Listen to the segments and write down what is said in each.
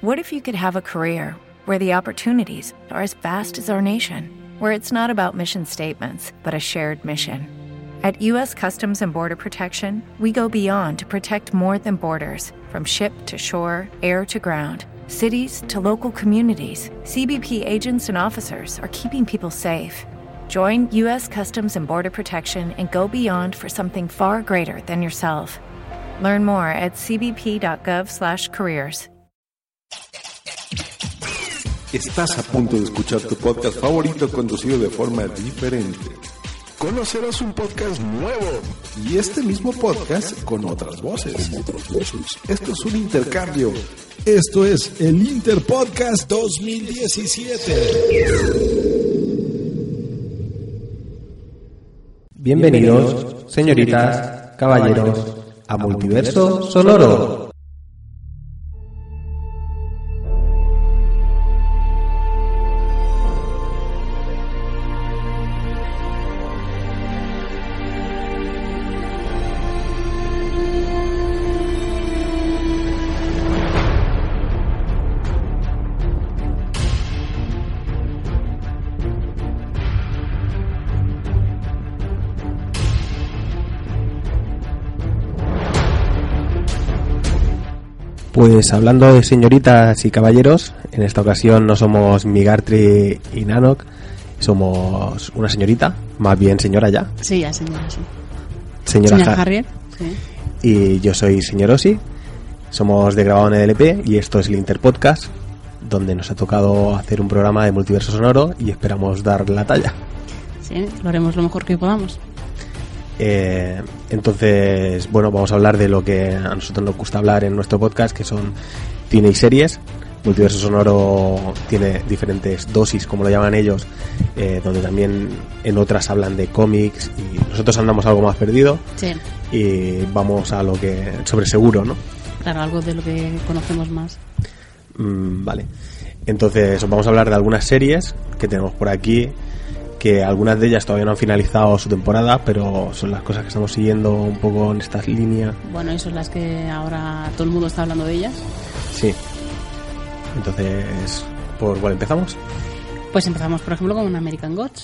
What if you could have a career where the opportunities are as vast as our nation, where it's not about mission statements, but a shared mission? At U.S. Customs and Border Protection, we go beyond to protect more than borders. From ship to shore, air to ground, cities to local communities, CBP agents and officers are keeping people safe. Join U.S. Customs and Border Protection and go beyond for something far greater than yourself. Learn more at cbp.gov/careers. Estás a punto de escuchar tu podcast favorito conducido de forma diferente. Conocerás un podcast nuevo y este mismo podcast con otras voces. Esto es un intercambio. Esto es el Interpodcast 2017. Bienvenidos, señoritas, caballeros, a Multiverso Sonoro. Pues hablando de señoritas y caballeros, en esta ocasión no somos Migartri y Nanok, somos una señorita, más bien señora ya. Sí, ya señora, sí. Señora Harriet, sí. Y yo soy señor Osi, somos de Grabado en EDLP y esto es el Interpodcast, donde nos ha tocado hacer un programa de Multiverso Sonoro y esperamos dar la talla. Sí, lo haremos lo mejor que podamos. Entonces, bueno, vamos a hablar de lo que a nosotros nos gusta hablar en nuestro podcast, que son cine y series. Multiverso Sonoro tiene diferentes dosis, como lo llaman ellos, donde también en otras hablan de cómics y nosotros andamos algo más perdido. Sí. Y vamos a lo que sobre seguro, ¿no? Claro, algo de lo que conocemos más. Vale. Entonces, os vamos a hablar de algunas series que tenemos por aquí, que algunas de ellas todavía no han finalizado su temporada, pero son las cosas que estamos siguiendo un poco en estas líneas. Bueno, y son las que ahora todo el mundo está hablando de ellas. Sí. Entonces, ¿por cuál empezamos? Pues empezamos, por ejemplo, con American Gods.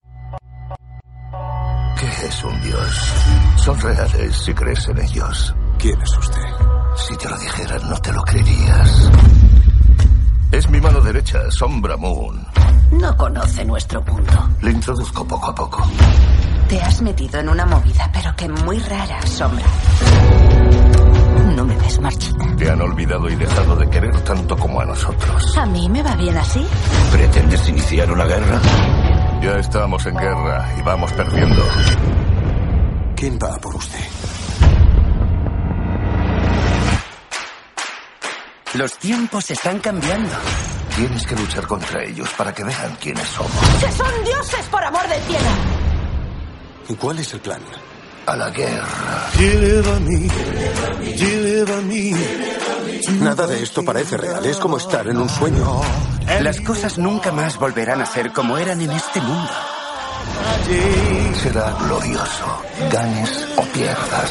¿Qué es un dios? Son reales si crees en ellos. ¿Quién es usted? Si te lo dijeran, no te lo creerías. Es mi mano derecha, Sombra Moon. No conoce nuestro mundo. Le introduzco poco a poco. Te has metido en una movida, pero que muy rara, Sombra. No me ves marchita. Te han olvidado y dejado de querer tanto como a nosotros. ¿A mí me va bien así? ¿Pretendes iniciar una guerra? Ya estamos en guerra y vamos perdiendo. ¿Quién va por usted? Los tiempos están cambiando. Tienes que luchar contra ellos para que vean quiénes somos. ¡Que son dioses, por amor del cielo! ¿Y cuál es el plan? A la guerra. Nada de esto parece real, es como estar en un sueño. Las cosas nunca más volverán a ser como eran en este mundo. Será glorioso, ganes o pierdas.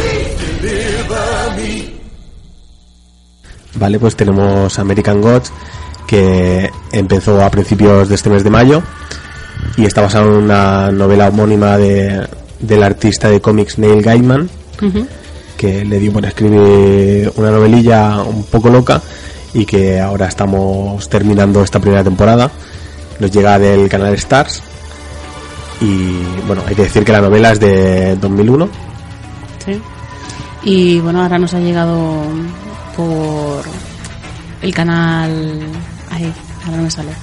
Vale, pues tenemos American Gods, que empezó a principios de este mes de mayo y está basado en una novela homónima del artista de cómics Neil Gaiman, que le dio por escribir una novelilla un poco loca y que ahora estamos terminando esta primera temporada. Nos llega del canal Stars y bueno, hay que decir que la novela es de 2001. Sí. Y bueno, ahora nos ha llegado por el canal... Ay, ahora no me sale.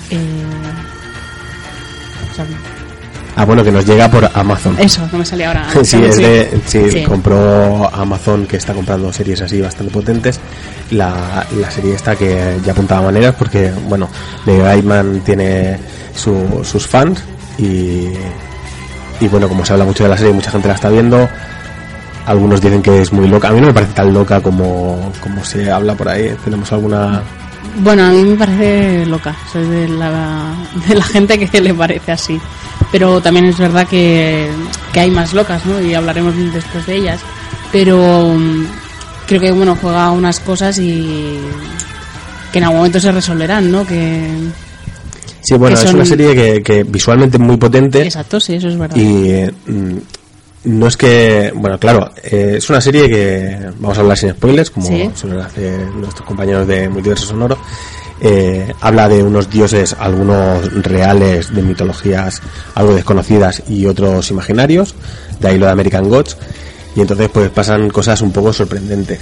Bueno, que nos llega por Amazon. Eso, no me salía ahora. Sí, compró Amazon, que está comprando series así bastante potentes. La serie esta que ya apuntaba maneras, porque bueno, de Gaiman tiene sus fans y bueno, como se habla mucho de la serie, mucha gente la está viendo. Algunos dicen que es muy loca. A mí no me parece tan loca como se habla por ahí. ¿Tenemos alguna...? Bueno, a mí me parece loca. Soy de la gente que le parece así. Pero también es verdad que hay más locas, ¿no? Y hablaremos después de ellas. Pero creo que, bueno, juega unas cosas y en algún momento se resolverán, ¿no? Sí, bueno, que es una serie que visualmente es muy potente. Exacto, sí, eso es verdad. Y no es que... Bueno, claro, es una serie que... Vamos a hablar sin spoilers, como suelen hacer nuestros compañeros de Multiverso Sonoro. Habla de unos dioses, algunos reales, de mitologías algo desconocidas y otros imaginarios. De ahí lo de American Gods. Y entonces pues pasan cosas un poco sorprendentes.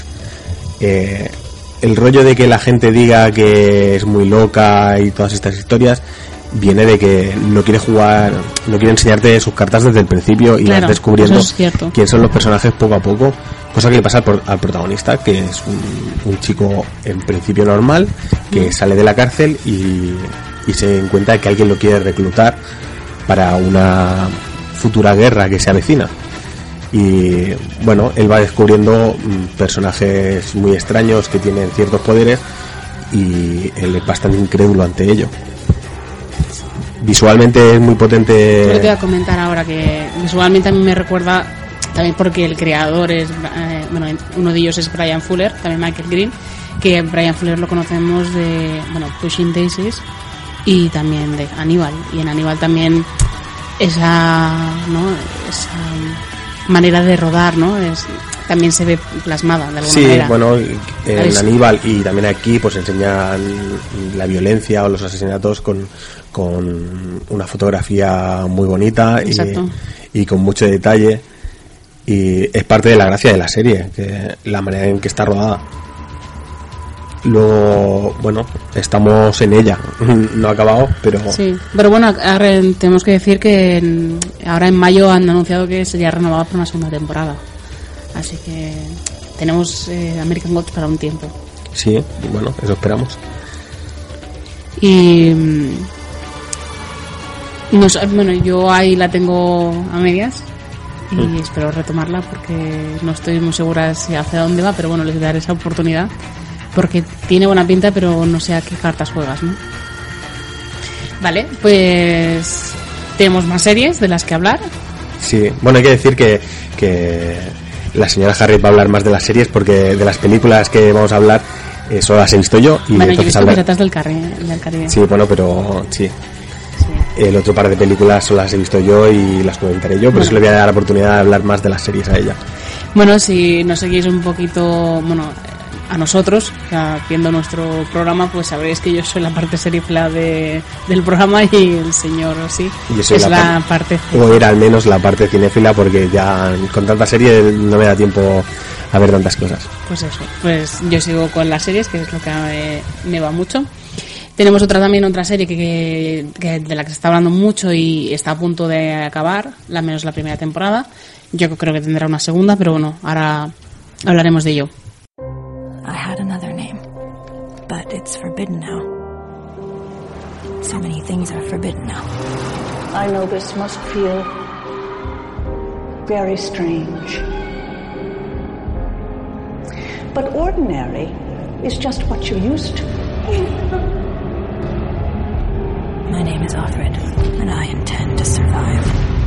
El rollo de que la gente diga que es muy loca y todas estas historias viene de que no quiere jugar, no quiere enseñarte sus cartas desde el principio y vas descubriendo quién son los personajes poco a poco, cosa que le pasa al protagonista, que es un chico en principio normal que sale de la cárcel y se encuentra que alguien lo quiere reclutar para una futura guerra que se avecina. Y bueno, él va descubriendo personajes muy extraños que tienen ciertos poderes y él es bastante incrédulo ante ello. Visualmente es muy potente. Yo te voy a comentar ahora que visualmente a mí me recuerda, también porque el creador es uno de ellos es Bryan Fuller, también Michael Green, que Bryan Fuller lo conocemos de Pushing Daisies y también de Hannibal, y en Hannibal también esa manera de rodar, ¿no? También se ve plasmada de alguna manera. Sí, bueno, en Hannibal y también aquí pues enseñan la violencia o los asesinatos con una fotografía muy bonita y con mucho detalle, y es parte de la gracia de la serie, que la manera en que está rodada. Luego, bueno, estamos en ella, no ha acabado, pero... Sí, pero bueno, ahora tenemos que decir que ahora en mayo han anunciado que sería renovada por una segunda temporada. Así que tenemos American Gods para un tiempo. Sí, bueno, eso esperamos. Y... yo ahí la tengo a medias y espero retomarla porque no estoy muy segura si hacia dónde va, pero bueno, les daré esa oportunidad. Porque tiene buena pinta, pero no sé a qué cartas juegas, ¿no? Vale, pues tenemos más series de las que hablar. Sí, bueno, hay que decir que la señora Harry va a hablar más de las series, porque de las películas que vamos a hablar solo las he visto yo. Y bueno, yo he visto Piratas del Caribe. Sí, bueno, pero sí. El otro par de películas solo las he visto yo y las comentaré yo, por eso le voy a dar la oportunidad de hablar más de las series a ella. Bueno, si nos seguís un poquito... a nosotros, o sea, viendo nuestro programa, pues sabréis que yo soy la parte serífila del programa y el señor es la parte o era al menos la parte cinéfila, porque ya con tanta serie no me da tiempo a ver tantas cosas. Pues eso, pues yo sigo con las series, que es lo que me va mucho. Tenemos también otra serie que de la que se está hablando mucho y está a punto de acabar, al menos la primera temporada. Yo creo que tendrá una segunda, pero bueno, ahora hablaremos de ello. I had another name, but it's forbidden now. So many things are forbidden now. I know this must feel very strange. But ordinary is just what you're used to. My name is Offred, and I intend to survive.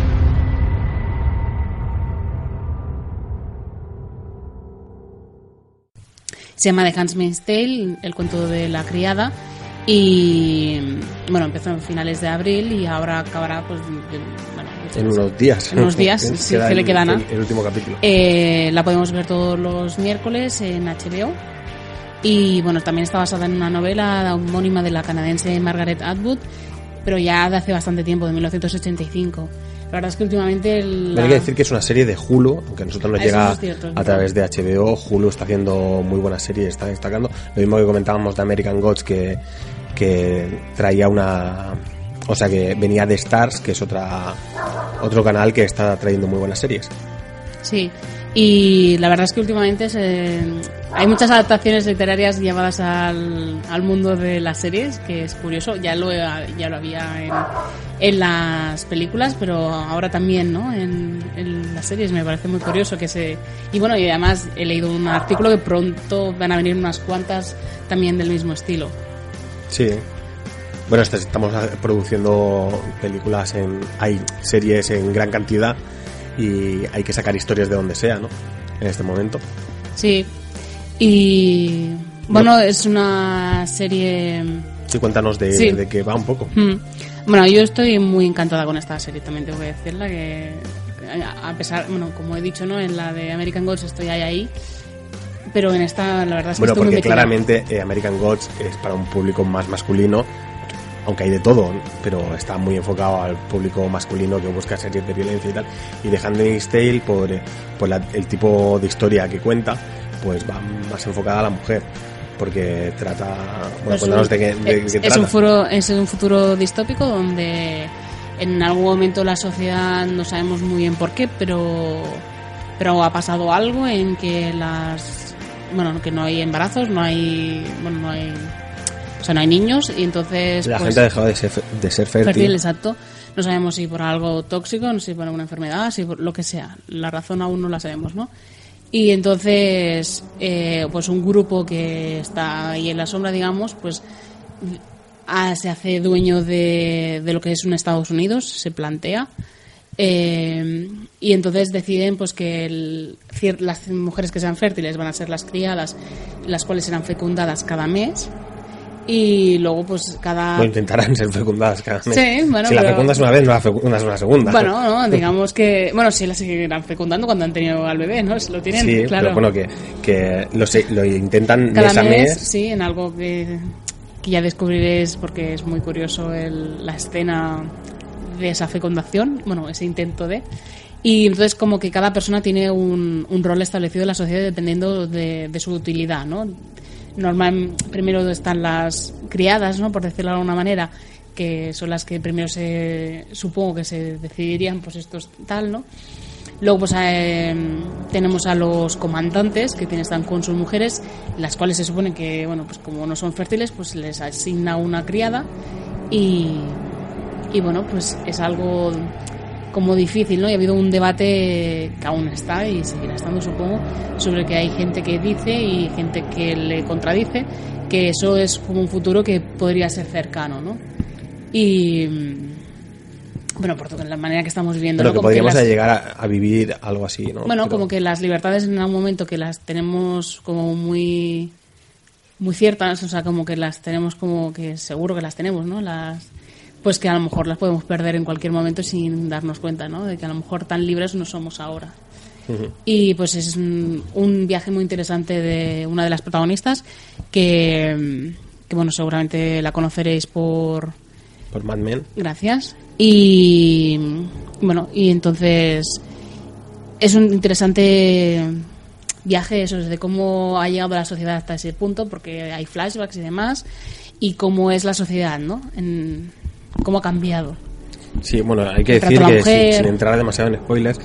Se llama The Handmaid's Tale, el cuento de la criada, y bueno, empezó en finales de abril y ahora acabará pues en unos días. En unos días, sí, que le queda nada. El último capítulo. La podemos ver todos los miércoles en HBO. Y bueno, también está basada en una novela homónima de la canadiense Margaret Atwood, pero ya de hace bastante tiempo, de 1985. La verdad es que últimamente... Hay que decir que es una serie de Hulu, aunque a nosotros nos llega a través de HBO. Hulu está haciendo muy buenas series, está destacando. Lo mismo que comentábamos de American Gods, que traía una... O sea, que venía de Stars, que es otro canal que está trayendo muy buenas series. Sí, y la verdad es que últimamente hay muchas adaptaciones literarias llevadas al mundo de las series, que es curioso. Ya lo había en las películas, pero ahora también, ¿no? En las series me parece muy curioso y bueno, y además he leído un artículo que pronto van a venir unas cuantas también del mismo estilo. Sí. Bueno, estamos produciendo películas, hay series en gran cantidad y hay que sacar historias de donde sea, ¿no? En este momento. Sí. Y Bueno, es una serie... Sí, cuéntanos de qué va un poco. Bueno, yo estoy muy encantada con esta serie, también tengo que decirla, que a pesar, bueno, como he dicho, ¿no? En la de American Gods estoy ahí, pero en esta la verdad es que estoy muy metida. Claramente American Gods es para un público más masculino, aunque hay de todo, pero está muy enfocado al público masculino que busca series de violencia y tal. Y The Handmaid's Tale, por el tipo de historia que cuenta, pues va más enfocada a la mujer, porque trata... Bueno, cuéntanos de qué trata. Es un futuro distópico donde en algún momento la sociedad, no sabemos muy bien por qué, pero ha pasado algo en que que no hay embarazos, no hay niños, y entonces la gente ha dejado de ser fértil. Exacto. No sabemos si por algo tóxico, no sé si por alguna enfermedad, si por lo que sea. La razón aún no la sabemos, ¿no? Y entonces, pues un grupo que está ahí en la sombra, digamos, pues se hace dueño de lo que es un Estados Unidos, se plantea. Y entonces deciden pues que las mujeres que sean fértiles van a ser las criadas, las cuales serán fecundadas cada mes. Y luego pues intentarán ser fecundadas cada mes. Sí, bueno, si la fecundas una vez, no la fecundas una segunda. Bueno, no, digamos que... Bueno, sí la seguirán fecundando cuando han tenido al bebé, ¿no? Si lo tienen, sí, claro. Pero bueno, que lo intentan cada mes a mes. Sí, en algo que ya descubriréis, porque es muy curioso la escena de esa fecundación, bueno, ese intento de... Y entonces como que cada persona tiene un rol establecido en la sociedad dependiendo de su utilidad, ¿no? Primero están las criadas, ¿no? Por decirlo de alguna manera, que son las que primero supongo que se decidirían, pues esto es tal, ¿no? Luego pues tenemos a los comandantes que están con sus mujeres, las cuales se supone que, bueno, pues como no son fértiles, pues les asigna una criada y bueno, pues es algo como difícil, ¿no? Y ha habido un debate que aún está y seguirá estando, supongo, sobre que hay gente que dice y gente que le contradice que eso es como un futuro que podría ser cercano, ¿no? Y bueno, por la manera que estamos viviendo, pero ¿no? que podríamos llegar a vivir algo así, ¿no? Bueno, como que las libertades en algún momento que las tenemos como muy muy ciertas, o sea, como que las tenemos como que seguro que las tenemos, ¿no? Pues que a lo mejor las podemos perder en cualquier momento sin darnos cuenta, ¿no? De que a lo mejor tan libres no somos ahora. Uh-huh. Y pues es un viaje muy interesante de una de las protagonistas que bueno, seguramente la conoceréis por Mad Men. Gracias. Y bueno, y entonces es un interesante viaje eso, desde cómo ha llegado la sociedad hasta ese punto, porque hay flashbacks y demás, y cómo es la sociedad, ¿no? Cómo ha cambiado. Sí, bueno, hay que decir que sin entrar demasiado en spoilers,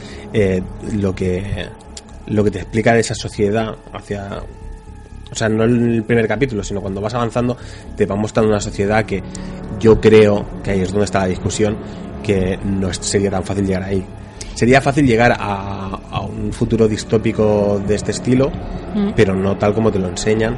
lo que te explica de esa sociedad hacia... O sea, no en el primer capítulo, sino cuando vas avanzando, te va mostrando una sociedad que yo creo que ahí es donde está la discusión, que no sería tan fácil llegar ahí. Sería fácil llegar a un futuro distópico de este estilo, pero no tal como te lo enseñan,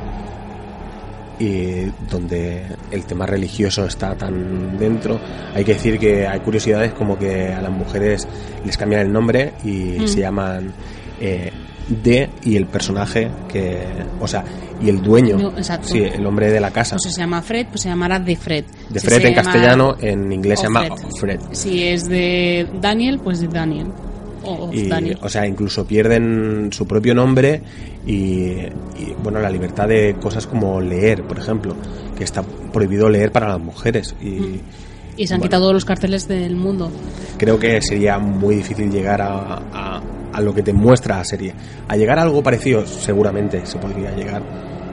y donde el tema religioso está tan dentro. Hay que decir que hay curiosidades como que a las mujeres les cambian el nombre y se llaman y el personaje y el dueño, no, sí, el hombre de la casa. Pues se llama Fred, pues se llamará de Fred. De Fred en castellano, en inglés se llama Fred. Si es de Daniel, pues de Daniel. Daniel. O sea, incluso pierden su propio nombre y bueno, la libertad de cosas como leer, por ejemplo, que está prohibido leer para las mujeres y se han quitado todos los carteles del mundo. Creo que sería muy difícil llegar a lo que te muestra la serie. A llegar a algo parecido seguramente se podría llegar.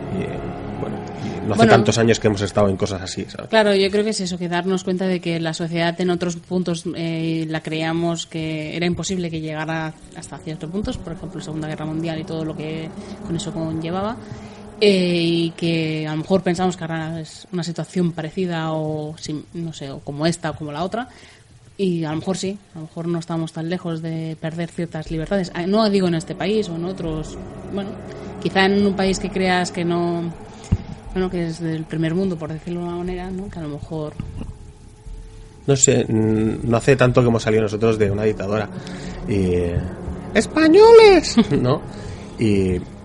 No hace tantos años que hemos estado en cosas así, ¿sabes? Claro, yo creo que es eso, que darnos cuenta de que la sociedad en otros puntos la creíamos que era imposible que llegara hasta ciertos puntos, por ejemplo, la Segunda Guerra Mundial y todo lo que con eso conllevaba, y que a lo mejor pensamos que ahora es una situación parecida o no sé, o como esta o como la otra, y a lo mejor sí, a lo mejor no estamos tan lejos de perder ciertas libertades. No digo en este país o en otros, bueno, quizá en un país que creas que no... Bueno, que es del primer mundo, por decirlo de una manera, ¿no? Que a lo mejor... No sé, no hace tanto que hemos salido nosotros de una dictadura. ¡Españoles! ¿No? Y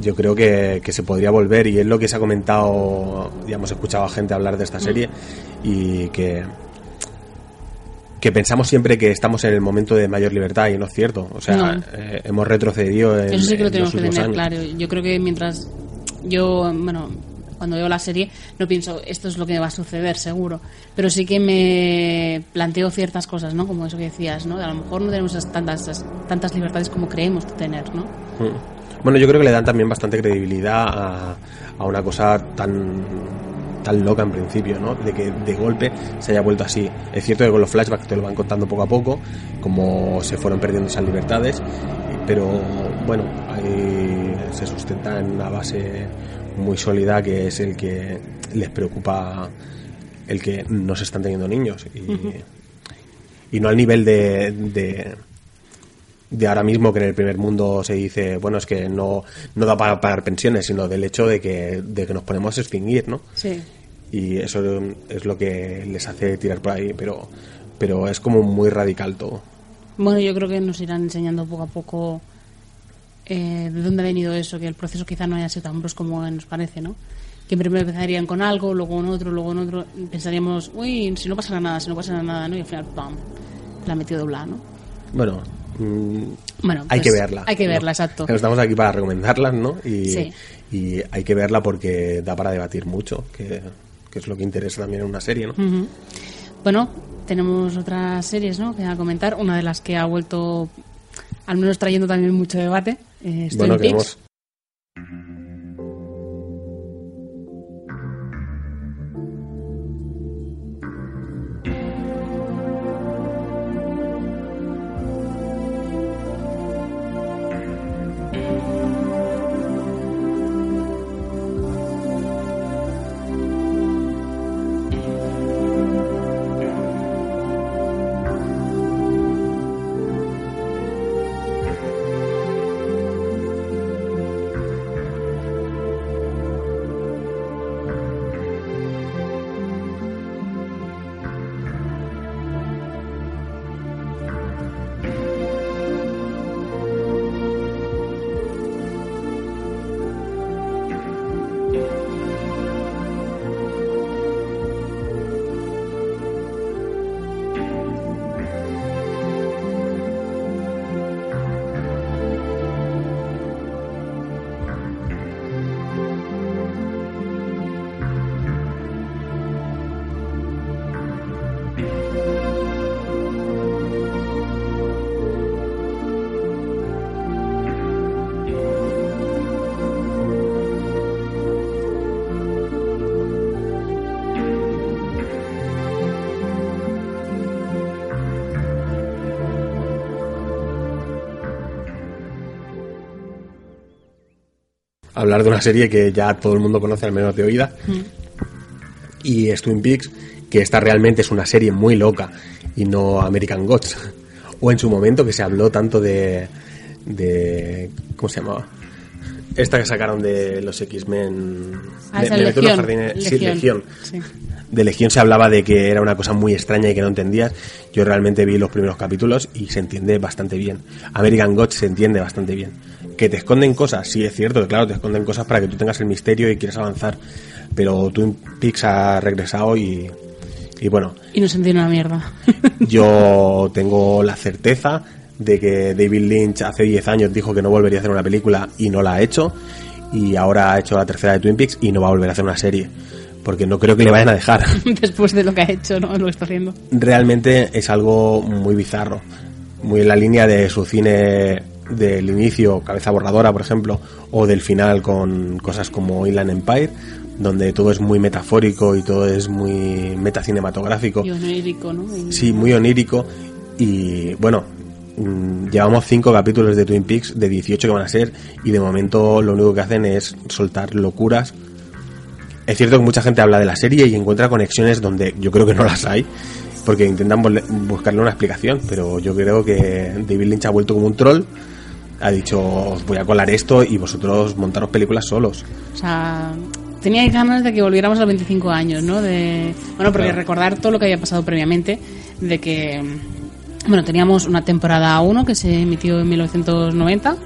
yo creo que se podría volver, y es lo que se ha comentado, ya hemos escuchado a gente hablar de esta serie, y que pensamos siempre que estamos en el momento de mayor libertad, y no es cierto. O sea, no. Hemos retrocedido en eso sí que lo tenemos los que tener años. claro. Yo creo que mientras yo, cuando veo la serie no pienso esto es lo que va a suceder seguro, pero sí que me planteo ciertas cosas, ¿no? Como eso que decías, ¿no? A lo mejor no tenemos tantas libertades como creemos tener, ¿no? Bueno, yo creo que le dan también bastante credibilidad a una cosa tan loca en principio, ¿no? De que de golpe se haya vuelto así. Es cierto que con los flashbacks te lo van contando poco a poco, como se fueron perdiendo esas libertades, pero bueno, ahí se sustenta en una base muy sólida, que es el que les preocupa el que no se están teniendo niños, y no al nivel de ahora mismo, que en el primer mundo se dice, bueno, es que no da para pagar pensiones, sino del hecho de que nos ponemos a extinguir, ¿no? Sí. Y eso es lo que les hace tirar por ahí, pero es como muy radical todo. Bueno, yo creo que nos irán enseñando poco a poco de dónde ha venido eso, que el proceso quizá no haya sido tan brusco como nos parece, ¿no? Que primero empezarían con algo, luego en otro, pensaríamos, uy, si no pasará nada, ¿no? Y al final, ¡pam!, la ha metido doblada, ¿no? Bueno, hay pues, que verla. Hay que verla, ¿no? exacto. Pero estamos aquí para recomendarlas, ¿no? Sí. Y hay que verla porque da para debatir mucho, que es lo que interesa también en una serie, ¿no? Uh-huh. Bueno, tenemos otras series, ¿no?, que a comentar. Una de las que ha vuelto, al menos trayendo también mucho debate, es Twin Peaks. Hablar de una serie que ya todo el mundo conoce, al menos de oída, y es Twin Peaks, que esta realmente es una serie muy loca y no American Gods, o en su momento que se habló tanto de ¿cómo se llamaba? Esta que sacaron de los X-Men, Legión. Sí. De Legión se hablaba de que era una cosa muy extraña y que no entendías. Yo realmente vi los primeros capítulos y se entiende bastante bien. American Gods se entiende bastante bien. Que te esconden cosas, sí es cierto, que claro, te esconden cosas para que tú tengas el misterio y quieras avanzar, pero Twin Peaks ha regresado y bueno. Y no se entiende una mierda. Yo tengo la certeza de que David Lynch hace 10 años dijo que no volvería a hacer una película y no la ha hecho, y ahora ha hecho la tercera de Twin Peaks y no va a volver a hacer una serie, porque no creo que le vayan a dejar. Después de lo que ha hecho, ¿no? Lo que está haciendo. Realmente es algo muy bizarro, muy en la línea de su cine del inicio, Cabeza Borradora, por ejemplo, o del final con cosas como Inland Empire, donde todo es muy metafórico y todo es muy metacinematográfico. Y onírico, ¿no? Sí, muy onírico. Y bueno, llevamos 5 capítulos de Twin Peaks, de 18 que van a ser, y de momento lo único que hacen es soltar locuras. Es cierto que mucha gente habla de la serie y encuentra conexiones donde yo creo que no las hay, porque intentan buscarle una explicación, pero yo creo que David Lynch ha vuelto como un troll, ha dicho, os voy a colar esto y vosotros montaros películas solos. O sea, teníais ganas de que volviéramos a los 25 años, ¿no? Bueno, porque claro, recordar todo lo que había pasado previamente, de que, bueno, teníamos una temporada 1 que se emitió en 1990,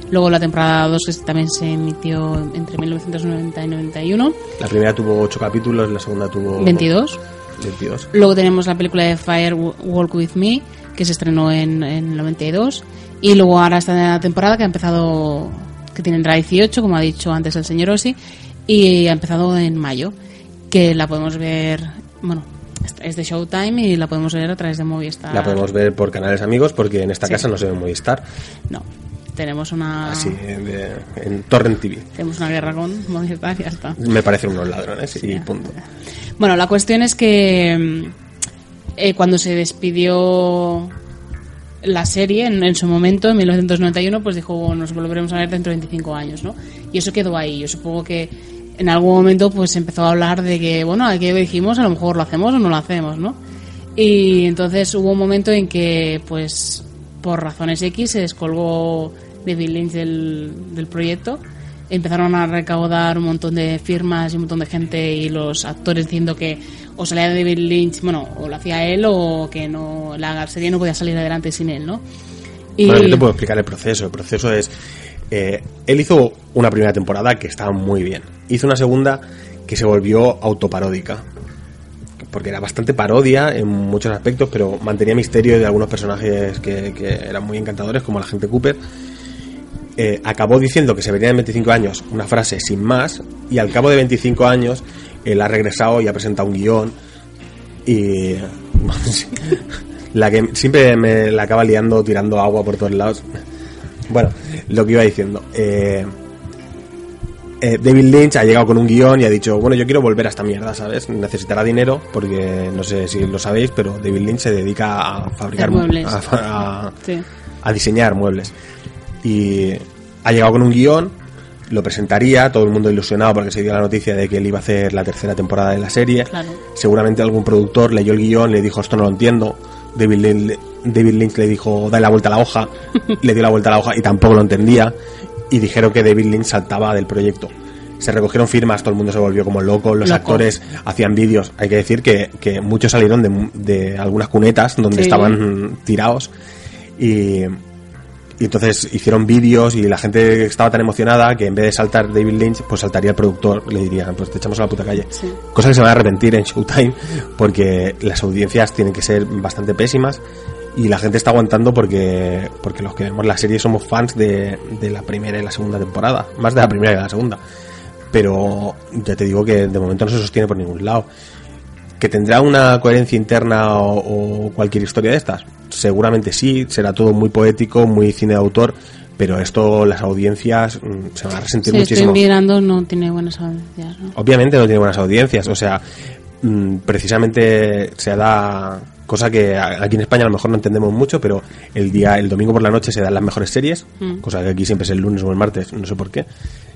Luego la temporada 2 que también se emitió entre 1990 y 91. La primera tuvo 8 capítulos, la segunda tuvo 22. Luego tenemos la película de Fire Walk With Me, que se estrenó en el 92. Y luego ahora esta temporada que ha empezado, que tendrá 18, como ha dicho antes el señor Ossi, y ha empezado en mayo, que la podemos ver, bueno, es de Showtime y la podemos ver a través de Movistar. La podemos ver por canales amigos, porque en esta casa no se ve Movistar. No, tenemos una... Así, en Torrent TV. Tenemos una guerra con Movistar y ya está. Me parecen unos ladrones, sí, y punto. Bueno, la cuestión es que cuando se despidió la serie en su momento, en 1991, pues dijo, nos volveremos a ver dentro de 25 años, ¿no? Y eso quedó ahí. Yo supongo que en algún momento pues se empezó a hablar de que, bueno, aquí dijimos, a lo mejor lo hacemos o no lo hacemos, ¿no? Y entonces hubo un momento en que, pues, por razones X, se descolgó David Lynch del proyecto. Empezaron a recaudar un montón de firmas y un montón de gente y los actores diciendo que o salía David Lynch, bueno, o lo hacía él o que no, la serie no podía salir adelante sin él, ¿no? Y... Bueno, yo te puedo explicar el proceso. El proceso es... él hizo una primera temporada que estaba muy bien. Hizo una segunda que se volvió autoparódica. Porque era bastante parodia en muchos aspectos, pero mantenía misterio de algunos personajes que eran muy encantadores, como el agente Cooper. Acabó diciendo que se vería en 25 años, una frase sin más, y al cabo de 25 años él ha regresado y ha presentado un guión y la que siempre me la acaba liando, tirando agua por todos lados. Bueno, lo que iba diciendo, David Lynch ha llegado con un guión y ha dicho, bueno, yo quiero volver a esta mierda, ¿sabes? Necesitará dinero, porque no sé si lo sabéis, pero David Lynch se dedica a fabricar muebles, a diseñar muebles. Y ha llegado con un guión, lo presentaría, todo el mundo ilusionado porque se dio la noticia de que él iba a hacer la tercera temporada de la serie. Claro. Seguramente algún productor leyó el guión, le dijo, esto no lo entiendo. David Lynch le dijo, dale la vuelta a la hoja. Le dio la vuelta a la hoja y tampoco lo entendía. Y dijeron que David Lynch saltaba del proyecto. Se recogieron firmas, todo el mundo se volvió como loco, los actores hacían vídeos. Hay que decir que muchos salieron de algunas cunetas donde estaban tirados. Y entonces hicieron vídeos y la gente estaba tan emocionada que en vez de saltar David Lynch, pues saltaría el productor, le dirían, pues te echamos a la puta calle. Sí. Cosa que se van a arrepentir en Showtime, porque las audiencias tienen que ser bastante pésimas y la gente está aguantando porque los que vemos la serie somos fans de la primera y la segunda temporada, más de la primera que de la segunda. Pero ya te digo que de momento no se sostiene por ningún lado. ¿Que tendrá una coherencia interna o cualquier historia de estas? Seguramente sí, será todo muy poético, muy cine de autor, pero esto las audiencias se van a resentir muchísimo. Estoy mirando, no tiene buenas audiencias, ¿no? Obviamente no tiene buenas audiencias, o sea, precisamente se da cosa que aquí en España a lo mejor no entendemos mucho, pero el domingo por la noche se dan las mejores series, cosa que aquí siempre es el lunes o el martes, no sé por qué.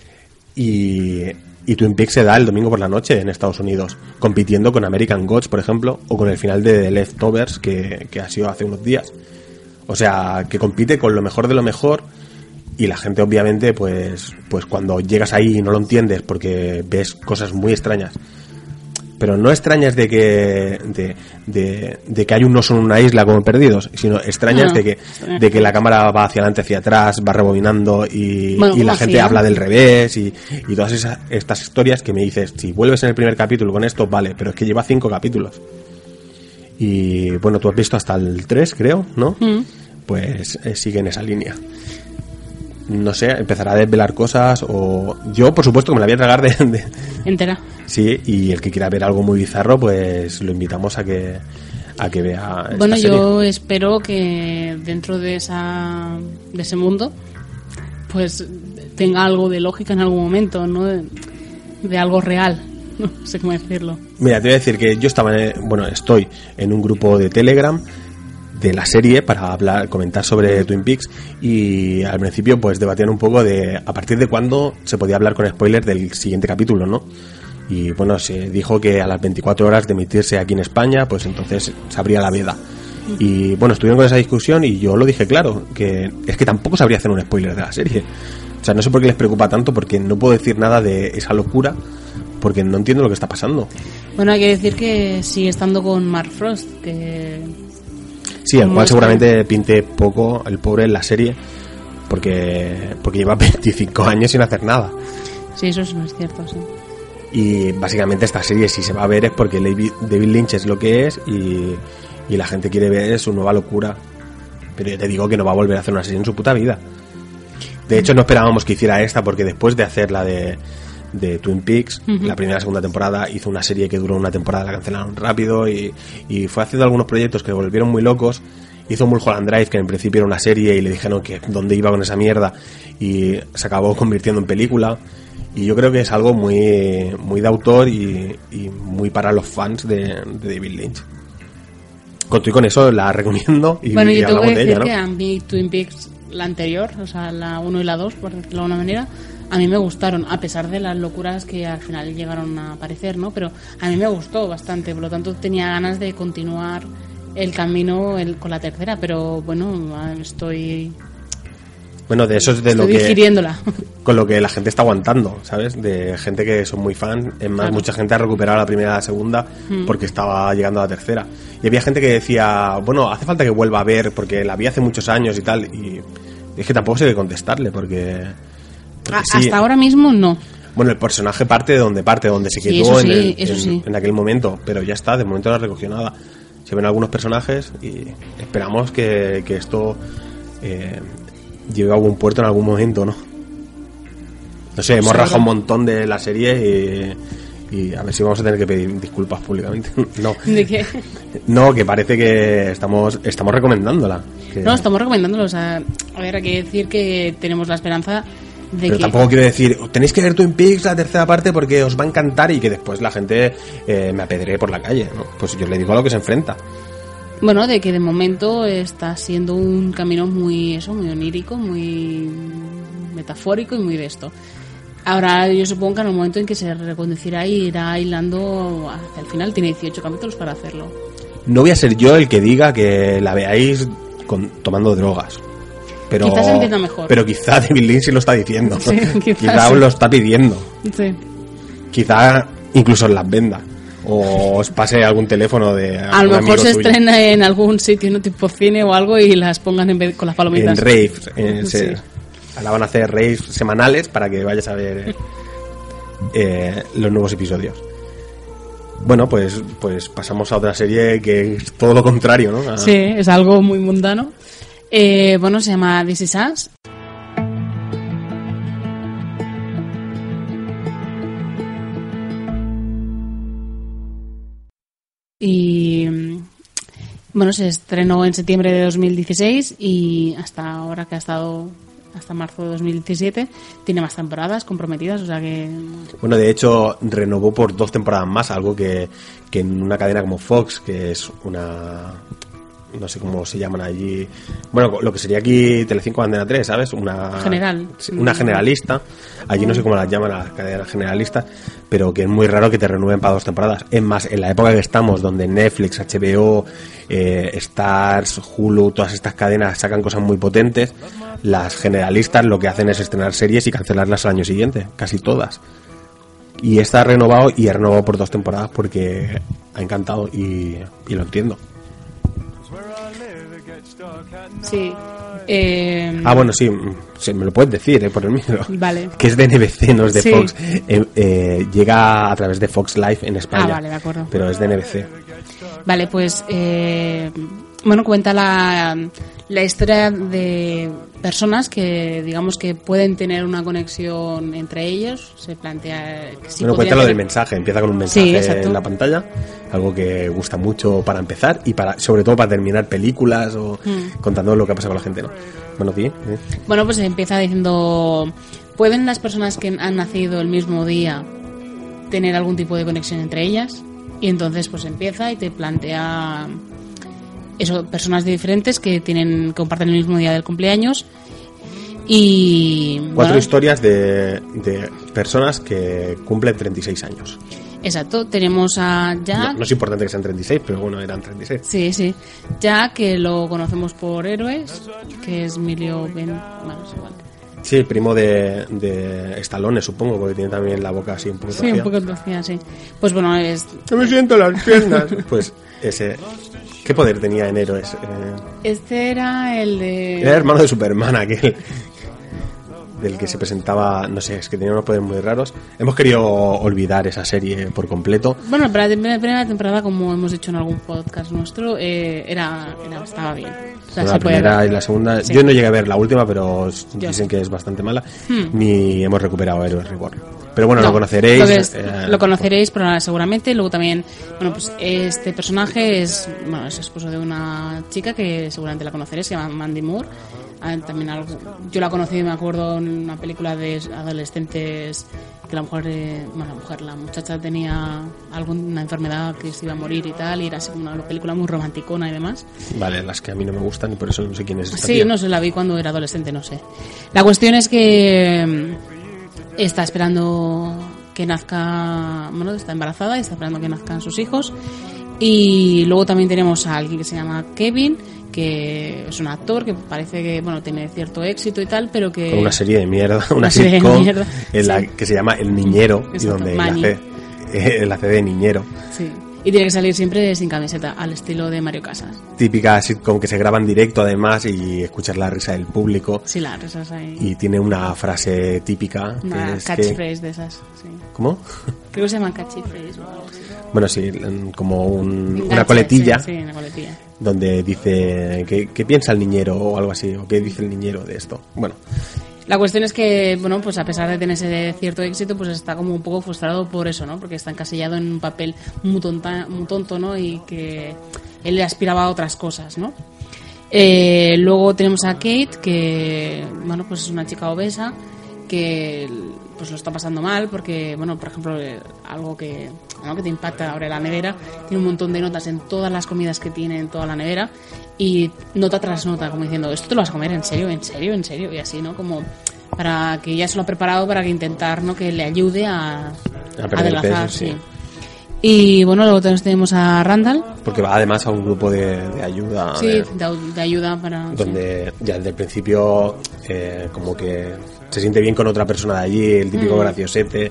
Y Twin Peaks se da el domingo por la noche en Estados Unidos, compitiendo con American Gods, por ejemplo, o con el final de The Leftovers, que ha sido hace unos días. O sea, que compite con lo mejor de lo mejor, y la gente obviamente, pues cuando llegas ahí y no lo entiendes porque ves cosas muy extrañas, pero no extrañas de que hay un oso en una isla como Perdidos, sino extrañas de que la cámara va hacia adelante, hacia atrás, va rebobinando y la gente habla del revés y todas estas historias que me dices, si vuelves en el primer capítulo con esto, vale, pero es que lleva 5 capítulos. Y bueno, tú has visto hasta el 3, creo, ¿no? Pues sigue en esa línea. No sé, empezará a desvelar cosas o... Yo, por supuesto, que me la voy a tragar de... Entera. Sí, y el que quiera ver algo muy bizarro, pues lo invitamos a que vea esta Bueno, serie. yo espero que dentro de ese mundo, pues tenga algo de lógica en algún momento, ¿no? De algo real, no sé cómo decirlo. Mira, te voy a decir que yo estoy en un grupo de Telegram de la serie para comentar sobre Twin Peaks, y al principio pues debatían un poco de a partir de cuándo se podía hablar con spoilers del siguiente capítulo, ¿no? Y bueno, se dijo que a las 24 horas de emitirse aquí en España, pues entonces se abría la veda. Y bueno, estuvieron con esa discusión y yo lo dije claro, que es que tampoco sabría hacer un spoiler de la serie. O sea, no sé por qué les preocupa tanto, porque no puedo decir nada de esa locura, porque no entiendo lo que está pasando. Bueno, hay que decir que sigue estando con Mark Frost, que... Sí, el cual seguramente pinte poco el pobre en la serie, porque lleva 25 años sin hacer nada. Sí, eso no es cierto, sí. Y básicamente esta serie, si se va a ver, es porque David Lynch es lo que es y la gente quiere ver su nueva locura. Pero yo te digo que no va a volver a hacer una serie en su puta vida. De hecho, no esperábamos que hiciera esta, porque después de hacer la de Twin Peaks, la primera y la segunda temporada, hizo una serie que duró una temporada, la cancelaron rápido y fue haciendo algunos proyectos que volvieron muy locos. Hizo Mulholland Drive, que en principio era una serie, y le dijeron que dónde iba con esa mierda, y se acabó convirtiendo en película. Y yo creo que es algo muy, muy de autor y muy para los fans de David Lynch. Con eso la recomiendo y, bueno, y yo tengo hablamos que de decir ella, ¿no? que a mí Twin Peaks, la anterior, o sea, la 1 y la 2, por decirlo de alguna manera, a mí me gustaron, a pesar de las locuras que al final llegaron a aparecer, ¿no? Pero a mí me gustó bastante, por lo tanto tenía ganas de continuar el camino con la tercera, pero bueno, estoy... Bueno, de eso es de lo que... digiriéndola. Con lo que la gente está aguantando, ¿sabes? De gente que son muy fan. Es más, claro. Mucha gente ha recuperado la primera y la segunda porque estaba llegando a la tercera. Y había gente que decía, bueno, hace falta que vuelva a ver porque la vi hace muchos años y tal. Y es que tampoco sé qué contestarle porque sí. Hasta ahora mismo no. Bueno, el personaje parte de donde se Sí, quedó eso sí. en aquel momento. Pero ya está, de momento no recogió nada. Se ven algunos personajes y esperamos que esto... llegue a algún puerto en algún momento, ¿no? No sé, hemos rajado un montón de la serie y a ver si vamos a tener que pedir disculpas públicamente. No. ¿De qué? No, que parece que estamos recomendándola. No, estamos recomendándolo. O sea, a ver, hay que decir que tenemos la esperanza de pero que... tampoco quiero decir, tenéis que ver Twin Peaks la tercera parte porque os va a encantar y que después la gente me apedree por la calle, ¿no? Pues yo le digo a lo que se enfrenta. Bueno, de que de momento está siendo un camino muy onírico, muy metafórico y muy de esto. Ahora yo supongo que en el momento en que se reconducirá y irá hilando hacia el final, tiene 18 capítulos para hacerlo. No voy a ser yo el que diga que la veáis tomando drogas. Pero, quizás se entienda mejor. Pero quizá David Lynch sí lo está diciendo. Sí, quizá sí. os lo está pidiendo. Sí. Quizá incluso os las venda. O os pase algún teléfono de a lo mejor se tuyo. estrena en algún sitio, ¿no? Tipo cine o algo, y las pongan en vez con las palomitas. En raves. Sí. Ahora van a hacer raves semanales para que vayas a ver los nuevos episodios. Bueno, pues pasamos a otra serie que es todo lo contrario, ¿no? Sí, es algo muy mundano. Bueno, se llama This Is Us. Y bueno, se estrenó en septiembre de 2016 y hasta ahora que ha estado hasta marzo de 2017 tiene más temporadas comprometidas, o sea que... Bueno, de hecho renovó por 2 temporadas más, algo que en una cadena como Fox, que es una... no sé cómo se llaman allí, bueno, lo que sería aquí Telecinco Antena 3, ¿sabes? Una generalista, allí no sé cómo las llaman, las cadenas generalistas, pero que es muy raro que te renueven para 2 temporadas. Es más, en la época que estamos, donde Netflix, HBO, Stars, Hulu, todas estas cadenas sacan cosas muy potentes, las generalistas lo que hacen es estrenar series y cancelarlas al año siguiente, casi todas. Y esta ha renovado por 2 temporadas porque ha encantado y lo entiendo. Sí. Bueno, sí, me lo puedes decir, por el micro. Vale. Que es de NBC, no es de sí. Fox. Llega a través de Fox Live en España. Vale, de acuerdo. Pero es de NBC. Vale, pues bueno, cuenta la historia de personas que digamos que pueden tener una conexión entre ellos. Se plantea que sí. Bueno, cuenta lo del mensaje. Empieza con un mensaje en la pantalla, algo que gusta mucho para empezar y sobre todo para terminar películas o contando lo que ha pasado con la gente, ¿no? Bueno, ¿sí? Bueno, pues empieza diciendo: ¿pueden las personas que han nacido el mismo día tener algún tipo de conexión entre ellas? Y entonces pues empieza y te plantea eso, personas diferentes que comparten el mismo día del cumpleaños. Y 4 historias de personas que cumplen 36 años. Exacto, tenemos a Jack. No es importante que sean 36, pero bueno, eran 36. Sí. Jack, que lo conocemos por Héroes, que es Emilio Ben... Bueno, es igual. Sí, primo de Stallone, supongo, porque tiene también la boca así un poco torcida. Sí, un poco torcida, sí. Pues bueno, No me siento las piernas. Pues ese... ¿Qué poder tenía en Héroes? Este era el de... Era el hermano de Superman, aquel. del que se presentaba, no sé, es que tenía unos poderes muy raros. Hemos querido olvidar esa serie por completo. Bueno, para la primera temporada, como hemos dicho en algún podcast nuestro, estaba bien. O sea, La primera y la segunda, sí. Yo no llegué a ver la última, pero dicen sí. que es bastante mala. Ni hemos recuperado Heroes Reborn. Pero bueno, lo conoceréis. Lo conoceréis seguramente. Luego también, bueno, pues este personaje es esposo de una chica que seguramente la conoceréis, se llama Mandy Moore. También yo la conocí, me acuerdo, en una película de adolescentes que la muchacha tenía alguna enfermedad que se iba a morir y tal, y era así como una película muy romanticona y demás. Vale, las que a mí no me gustan y por eso no sé quién es esta Sí, tía. no sé, la vi cuando era adolescente, no sé. La cuestión es que está esperando que nazca, bueno, está embarazada y está esperando que nazcan sus hijos. Y luego también tenemos a alguien que se llama Kevin, que es un actor que parece que, bueno, tiene cierto éxito y tal, pero que... Con una serie de mierda, una serie de mierda, que se llama El Niñero. Exacto, y donde Manny. él hace de niñero. Sí. Y tiene que salir siempre sin camiseta, al estilo de Mario Casas. Típica sitcom que se graba en directo además y escuchar la risa del público. Sí, la risas ahí. Y tiene una frase típica. Una que es catchphrase de esas, sí. ¿Cómo? Creo que se llama catchphrase o algo así. Bueno, sí, como una coletilla. Sí, una coletilla. Donde dice ¿qué piensa el niñero? O algo así, o qué dice el niñero de esto. Bueno. La cuestión es que, bueno, pues a pesar de tener ese cierto éxito, pues está como un poco frustrado por eso, ¿no? Porque está encasillado en un papel muy tonto, ¿no? Y que él le aspiraba a otras cosas, ¿no? Luego tenemos a Kate, que, bueno, pues es una chica obesa que pues lo está pasando mal porque, bueno, por ejemplo, algo que te impacta, abre la nevera, tiene un montón de notas en todas las comidas que tiene en toda la nevera y nota tras nota, como diciendo, ¿esto te lo vas a comer en serio, en serio, en serio? Y así, ¿no? Como para que ya se lo ha preparado para que intentar, ¿no? Que le ayude a adelgazar, peso, sí. Y bueno, luego tenemos a Randall. Porque va además a un grupo de ayuda. Sí, de ayuda para... Donde ya desde el principio como que se siente bien con otra persona de allí, el típico graciosete.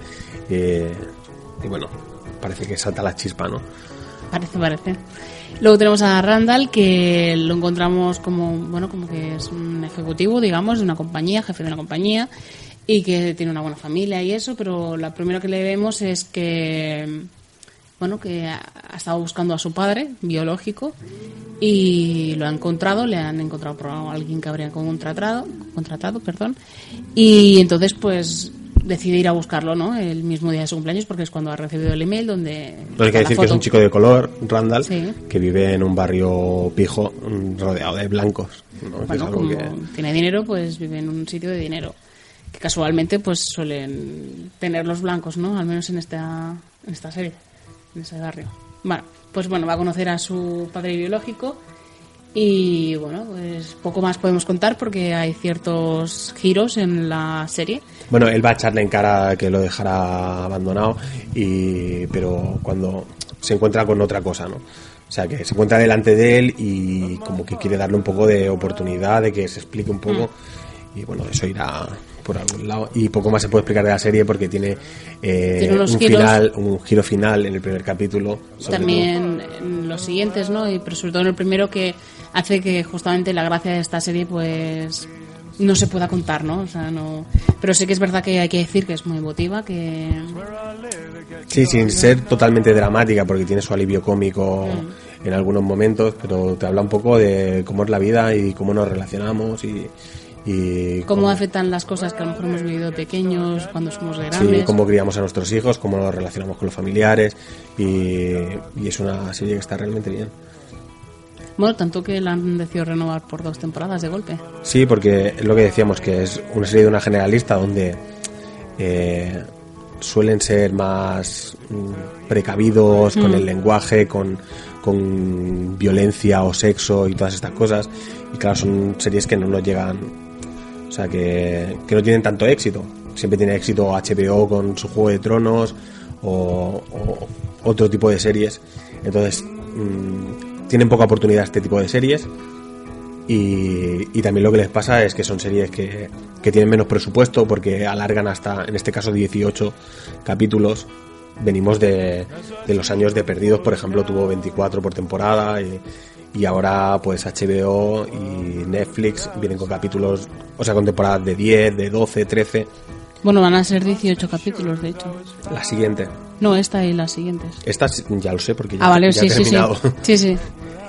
Y bueno, parece que salta la chispa, ¿no? Parece. Luego tenemos a Randall, que lo encontramos como que es un ejecutivo, digamos, de una compañía, jefe de una compañía, y que tiene una buena familia y eso, pero lo primero que le vemos es que... bueno, que ha estado buscando a su padre biológico y lo ha encontrado, le han encontrado por alguien que habría contratado, y entonces pues decide ir a buscarlo, ¿no? El mismo día de su cumpleaños, porque es cuando ha recibido el email donde... Hay que decir que es un chico de color, Randall, sí, que vive en un barrio pijo rodeado de blancos, ¿no? Bueno, es como que... tiene dinero, pues vive en un sitio de dinero, que casualmente pues suelen tener los blancos, ¿no? Al menos en esta serie, en ese barrio. Bueno, pues va a conocer a su padre biológico y bueno, pues poco más podemos contar porque hay ciertos giros en la serie. Bueno, él va a echarle en cara que lo dejará abandonado, pero cuando se encuentra con otra cosa, ¿no? O sea, que se encuentra delante de él y como que quiere darle un poco de oportunidad, de que se explique un poco. Y bueno, eso irá por algún lado. Y poco más se puede explicar de la serie porque tiene un giro final en el primer capítulo. También en los siguientes, ¿no? Pero sobre todo en el primero, que hace que justamente la gracia de esta serie pues no se pueda contar, ¿no? O sea, no... Pero sí que es verdad que hay que decir que es muy emotiva, que... Sí, sin ser totalmente dramática, porque tiene su alivio cómico en algunos momentos, pero te habla un poco de cómo es la vida y cómo nos relacionamos y cómo afectan las cosas que a lo mejor hemos vivido pequeños cuando somos grandes. Sí, cómo criamos a nuestros hijos, cómo nos relacionamos con los familiares y es una serie que está realmente bien. Bueno, tanto que la han decidido renovar por 2 temporadas de golpe. Sí, porque es lo que decíamos, que es una serie de una generalista donde suelen ser más precavidos con el lenguaje, con violencia o sexo y todas estas cosas. Y claro, son series que no nos llegan, o sea, que no tienen tanto éxito. Siempre tiene éxito HBO con su Juego de Tronos o otro tipo de series. Entonces tienen poca oportunidad este tipo de series y también lo que les pasa es que son series que tienen menos presupuesto porque alargan hasta, en este caso, 18 capítulos. Venimos de los años de Perdidos, por ejemplo, tuvo 24 por temporada y ahora pues HBO y Netflix vienen con capítulos, o sea, con temporadas de 10, de 12, 13. Bueno, van a ser 18 capítulos, de hecho. La siguiente. No, esta y las siguientes. Esta ya lo sé porque ya, vale, ya sí, he terminado. Sí.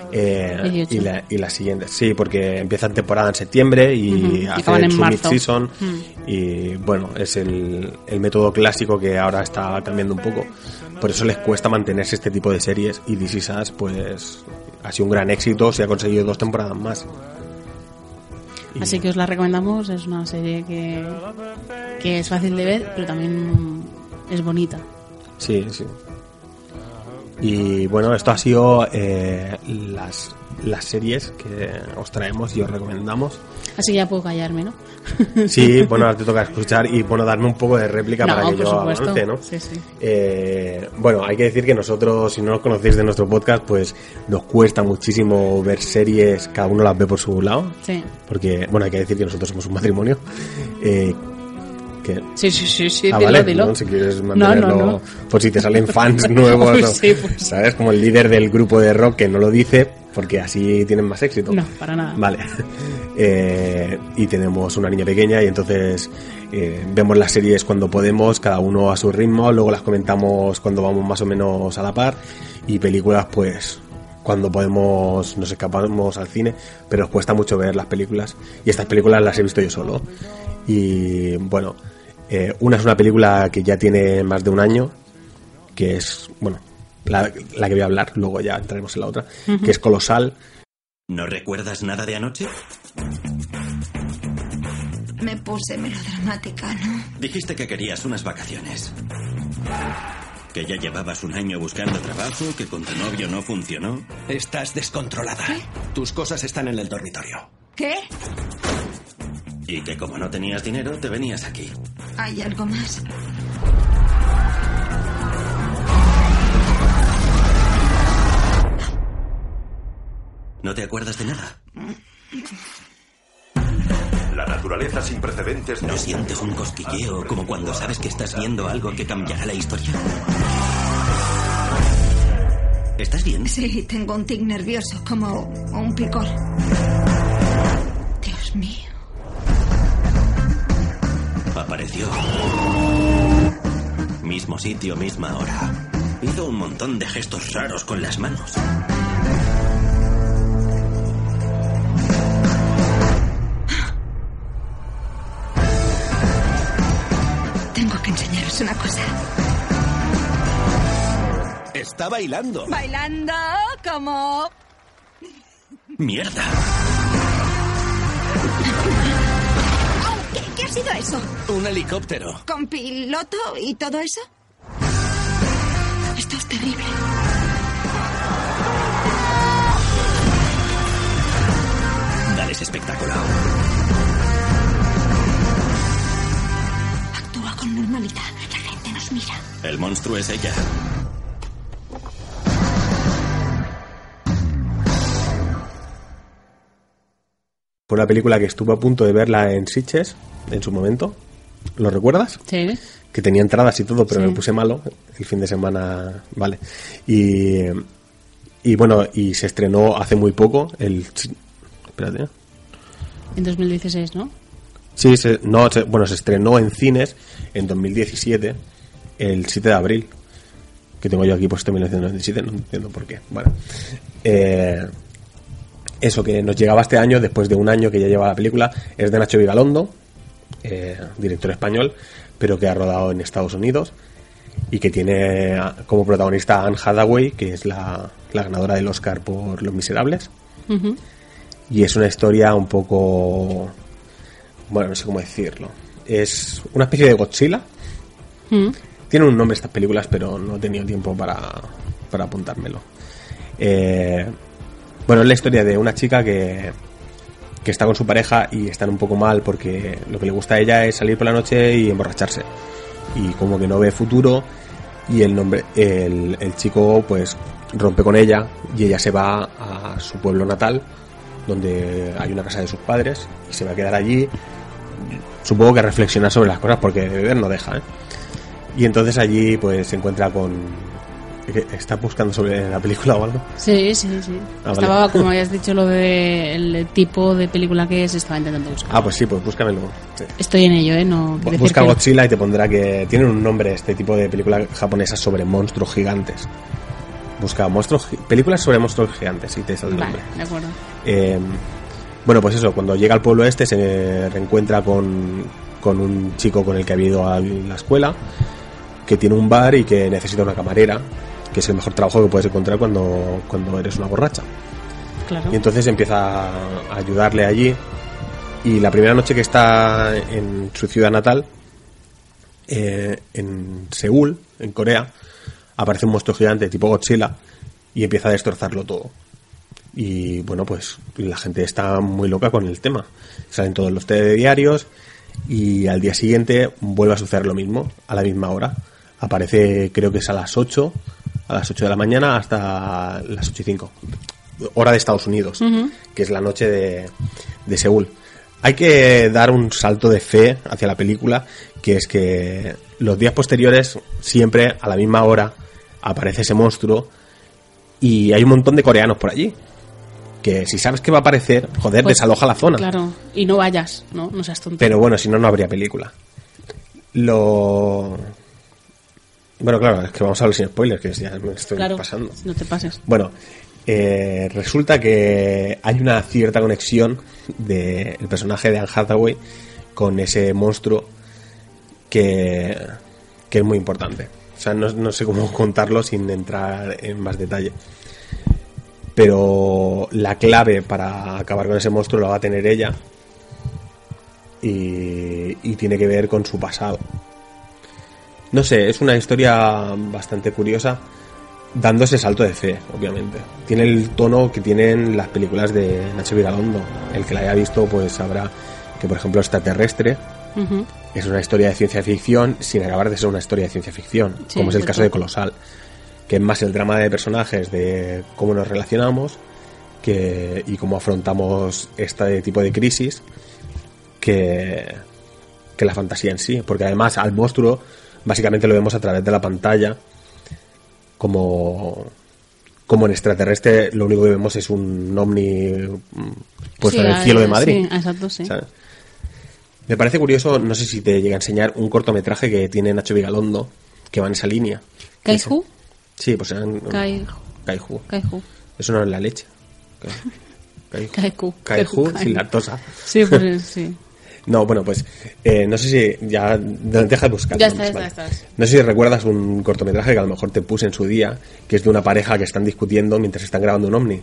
Y la siguiente, sí, porque empiezan temporada en septiembre y hacen su mid-season. Y bueno, es el método clásico que ahora está cambiando un poco. Por eso les cuesta mantenerse este tipo de series. Y This Is Us, pues ha sido un gran éxito, se ha conseguido 2 temporadas más. Así que os la recomendamos, es una serie que es fácil de ver, pero también es bonita. Sí. Y bueno, esto ha sido las series que os traemos y os recomendamos. Así que ya puedo callarme, ¿no? Sí, bueno, ahora te toca escuchar y bueno, darme un poco de réplica para que yo avance, ¿no? Sí. Bueno, hay que decir que nosotros, si no nos conocéis de nuestro podcast, pues nos cuesta muchísimo ver series, cada uno las ve por su lado. Sí. Porque, bueno, hay que decir que nosotros somos un matrimonio. Sí, vale, dilo. ¿no? Si quieres mantenerlo, no. Por si te salen fans nuevos, ¿no? Sí, pues. ¿Sabes? Como el líder del grupo de rock que no lo dice porque así tienen más éxito. No, para nada. Vale. Y tenemos una niña pequeña y entonces vemos las series cuando podemos, cada uno a su ritmo, luego las comentamos cuando vamos más o menos a la par, y películas pues cuando podemos nos escapamos al cine, pero nos cuesta mucho ver las películas, y estas películas las he visto yo solo. Y bueno, una es una película que ya tiene más de un año, que es, bueno, la que voy a hablar, luego ya entraremos en la otra, que es Colosal. ¿No recuerdas nada de anoche? Me puse melodramática, ¿no? Dijiste que querías unas vacaciones. Que ya llevabas un año buscando trabajo, que con tu novio no funcionó. Estás descontrolada. ¿Qué? Tus cosas están en el dormitorio. ¿Qué? Y que como no tenías dinero, te venías aquí. ¿Hay algo más? ¿No te acuerdas de nada? La naturaleza sin precedentes. ¿No sientes un cosquilleo como cuando sabes que estás viendo algo que cambiará la historia? ¿Estás bien? Sí, tengo un tic nervioso, como un picor. Dios mío. Apareció. Mismo sitio, misma hora. Hizo un montón de gestos raros con las manos. Tengo que enseñaros una cosa. Está bailando. Bailando como... ¡Mierda! ¿Qué ha sido eso? Un helicóptero. ¿Con piloto y todo eso? Esto es terrible. Dale ese espectáculo. Actúa con normalidad. La gente nos mira. El monstruo es ella. Fue una película que estuve a punto de verla en Sitges en su momento. ¿Lo recuerdas? Sí. Que tenía entradas y todo, pero Sí. me puse malo el fin de semana. Vale. Y bueno, y se estrenó hace muy poco. Espérate. En 2016, ¿no? Sí, se estrenó en cines en 2017, el 7 de abril. Que tengo yo aquí puesto en 1997, no entiendo por qué. Bueno. Eso, que nos llegaba este año, después de un año que ya lleva la película. Es de Nacho Vigalondo, director español, pero que ha rodado en Estados Unidos, y que tiene como protagonista a Anne Hathaway, que es la ganadora del Oscar por Los Miserables. Uh-huh. Y es una historia un poco... Bueno, no sé cómo decirlo. Es una especie de Godzilla. Uh-huh. Tienen un nombre estas películas, pero no he tenido tiempo para apuntármelo. Bueno, es la historia de una chica que está con su pareja y están un poco mal porque lo que le gusta a ella es salir por la noche y emborracharse. Y como que no ve futuro, y el chico pues rompe con ella y ella se va a su pueblo natal, donde hay una casa de sus padres, y se va a quedar allí. Supongo que reflexionar sobre las cosas porque beber no deja, ¿eh? Y entonces allí pues se encuentra con ¿Estás buscando sobre la película o algo? Sí. Estaba, vale. como habías dicho, lo del tipo de película que es, estaba intentando buscar. Pues sí, pues búscamelo. Sí. Estoy en ello, no quiere Busca decir que Godzilla y te pondrá que tienen un nombre este tipo de películas japonesas sobre monstruos gigantes. Busca películas sobre monstruos gigantes y te sale el nombre. Vale, de acuerdo. Bueno, pues eso, cuando llega al pueblo este se reencuentra con un chico con el que había ido a la escuela, que tiene un bar y que necesita una camarera, que es el mejor trabajo que puedes encontrar cuando eres una borracha. Claro. Y entonces empieza a ayudarle allí, y la primera noche que está en su ciudad natal, en Seúl, en Corea, aparece un monstruo gigante tipo Godzilla y empieza a destrozarlo todo. Y bueno, pues la gente está muy loca con el tema. Salen todos los telediarios y al día siguiente vuelve a suceder lo mismo, a la misma hora. Aparece, creo que es a las 8 de la mañana hasta las 8:05, hora de Estados Unidos, que es la noche de Seúl. Hay que dar un salto de fe hacia la película, que es que los días posteriores, siempre a la misma hora, aparece ese monstruo y hay un montón de coreanos por allí. Que si sabes que va a aparecer, joder, Pues, desaloja la zona. Claro, y no vayas, no seas tonto. Pero bueno, si no, no habría película. Bueno, claro, es que vamos a hablar sin spoilers, que ya me estoy pasando. No te pases. Bueno, resulta que hay una cierta conexión del personaje de Anne Hathaway con ese monstruo que es muy importante. O sea, no sé cómo contarlo sin entrar en más detalle. Pero la clave para acabar con ese monstruo la va a tener ella, y tiene que ver con su pasado. No sé, es una historia bastante curiosa, dando ese salto de fe, obviamente. Tiene el tono que tienen las películas de Nacho Vigalondo. El que la haya visto pues sabrá que, por ejemplo, Extraterrestre es una historia de ciencia ficción sin acabar de ser una historia de ciencia ficción, Sí, como es el caso de Colosal, que es más el drama de personajes, de cómo nos relacionamos y cómo afrontamos este tipo de crisis, que la fantasía en sí. Porque además al monstruo básicamente lo vemos a través de la pantalla, como en Extraterrestre lo único que vemos es un ovni puesto en el cielo de Madrid. Sí, exacto, sí. ¿Sabes? Me parece curioso, no sé si te llega a enseñar un cortometraje que tiene Nacho Vigalondo, que va en esa línea. ¿Kaiju? Sí, pues eran... Kaiju. Eso no es la leche. Kaiju sin lactosa. Sí, pues sí. No, bueno, pues no sé si ya deja de buscar. Ya está. No sé si recuerdas un cortometraje que a lo mejor te puse en su día, que es de una pareja que están discutiendo mientras están grabando un ovni.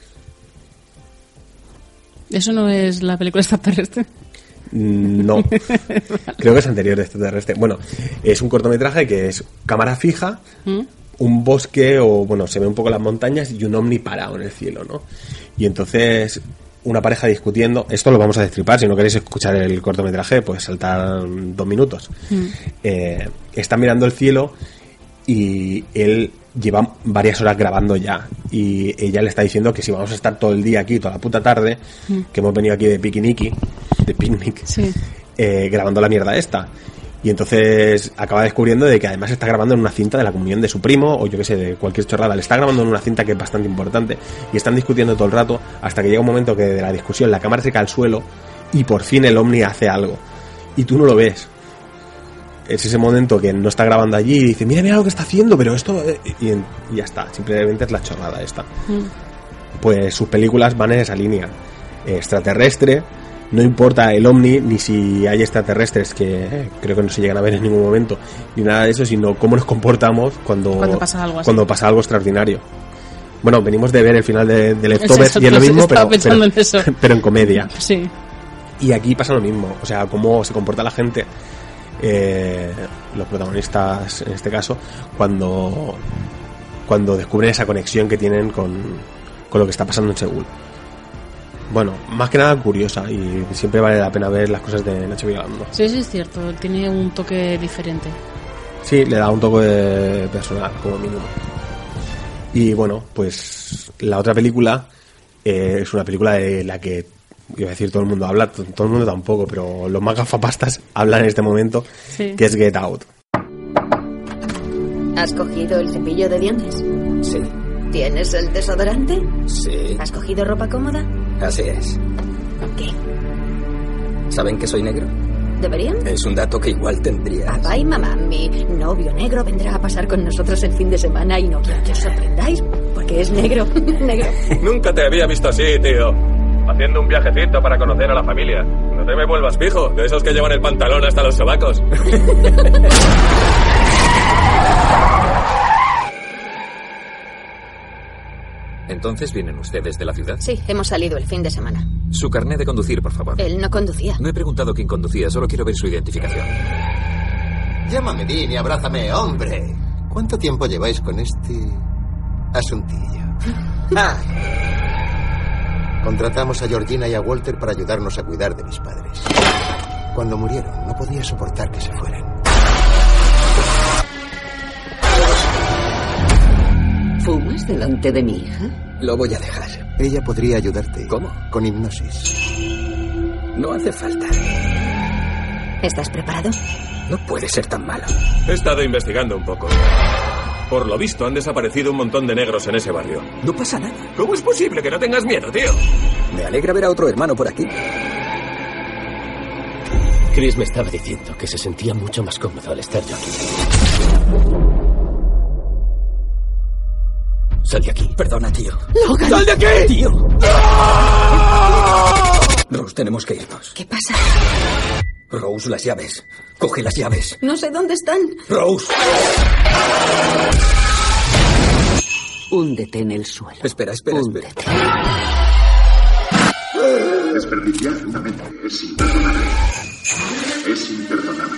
¿Eso no es la película Extraterrestre? No, creo que es anterior de Extraterrestre. Bueno, es un cortometraje que es cámara fija, un bosque, o bueno, se ve un poco las montañas y un ovni parado en el cielo, ¿no? Y entonces una pareja discutiendo. Esto lo vamos a destripar, si no queréis escuchar el cortometraje pues saltar 2 minutos. Está mirando el cielo y él lleva varias horas grabando ya, y ella le está diciendo que si vamos a estar todo el día aquí, toda la puta tarde, que hemos venido aquí de picnic, sí, grabando la mierda esta. Y entonces acaba descubriendo de que además está grabando en una cinta de la comunión de su primo, o yo que sé, de cualquier chorrada. Le está grabando en una cinta que es bastante importante, y están discutiendo todo el rato hasta que llega un momento que de la discusión la cámara se cae al suelo y por fin el ovni hace algo y tú no lo ves. Es ese momento que no está grabando allí y dice, mira lo que está haciendo, pero esto... Y ya está, simplemente es la chorrada esta. Pues sus películas van en esa línea. Extraterrestre, no importa el ovni, ni si hay extraterrestres, que creo que no se llegan a ver en ningún momento, ni nada de eso, sino cómo nos comportamos cuando pasa algo así. Cuando pasa algo extraordinario. Bueno, venimos de ver el final de Leftovers y es lo mismo, pero en comedia. Sí. Y aquí pasa lo mismo, o sea, cómo se comporta la gente, los protagonistas en este caso, cuando descubren esa conexión que tienen con lo que está pasando en Seúl. Bueno, más que nada curiosa, y siempre vale la pena ver las cosas de Nacho Vigalondo. Sí, es cierto, tiene un toque diferente. Sí, le da un toque personal, como mínimo. Y bueno, pues la otra película es una película de la que iba a decir todo el mundo habla, todo el mundo tampoco, pero los más gafapastas hablan en este momento, sí, que es Get Out. ¿Has cogido el cepillo de dientes? Sí. ¿Tienes el desodorante? Sí. ¿Has cogido ropa cómoda? Así es. ¿Qué? ¿Saben que soy negro? ¿Deberían? Es un dato que igual tendrías. Papá y mamá, mi novio negro vendrá a pasar con nosotros el fin de semana y no quiero que os sorprendáis porque es negro. Negro. Nunca te había visto así, tío. Haciendo un viajecito para conocer a la familia. No te me vuelvas fijo, de esos que llevan el pantalón hasta los sobacos. ¿Entonces vienen ustedes de la ciudad? Sí, hemos salido el fin de semana. Su carné de conducir, por favor. Él no conducía. No he preguntado quién conducía, solo quiero ver su identificación. Llámame Dean y abrázame, hombre. ¿Cuánto tiempo lleváis con este asuntillo? Contratamos a Georgina y a Walter para ayudarnos a cuidar de mis padres. Cuando murieron, no podía soportar que se fueran. ¿Fumas delante de mi hija? Lo voy a dejar. Ella podría ayudarte. ¿Cómo? Con hipnosis. No hace falta. ¿Estás preparado? No puede ser tan malo. He estado investigando un poco. Por lo visto, han desaparecido un montón de negros en ese barrio. No pasa nada. ¿Cómo es posible que no tengas miedo, tío? Me alegra ver a otro hermano por aquí. Chris me estaba diciendo que se sentía mucho más cómodo al estar yo aquí. Sal de aquí. Perdona, tío. ¡Logan! ¡Sal de aquí! ¡Tío! Rose, tenemos que irnos. ¿Qué pasa? Rose, las llaves. Coge las llaves. No sé dónde están. Rose. Húndete en el suelo. Espera. Húndete. Desperdiciar una mente es imperdonable. Es imperdonable.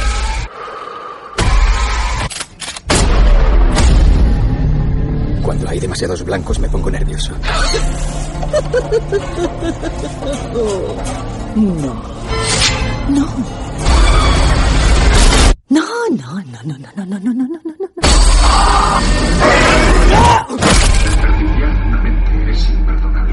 Cuando hay demasiados blancos me pongo nervioso. No. Desperdiciar una mente es imperdonable.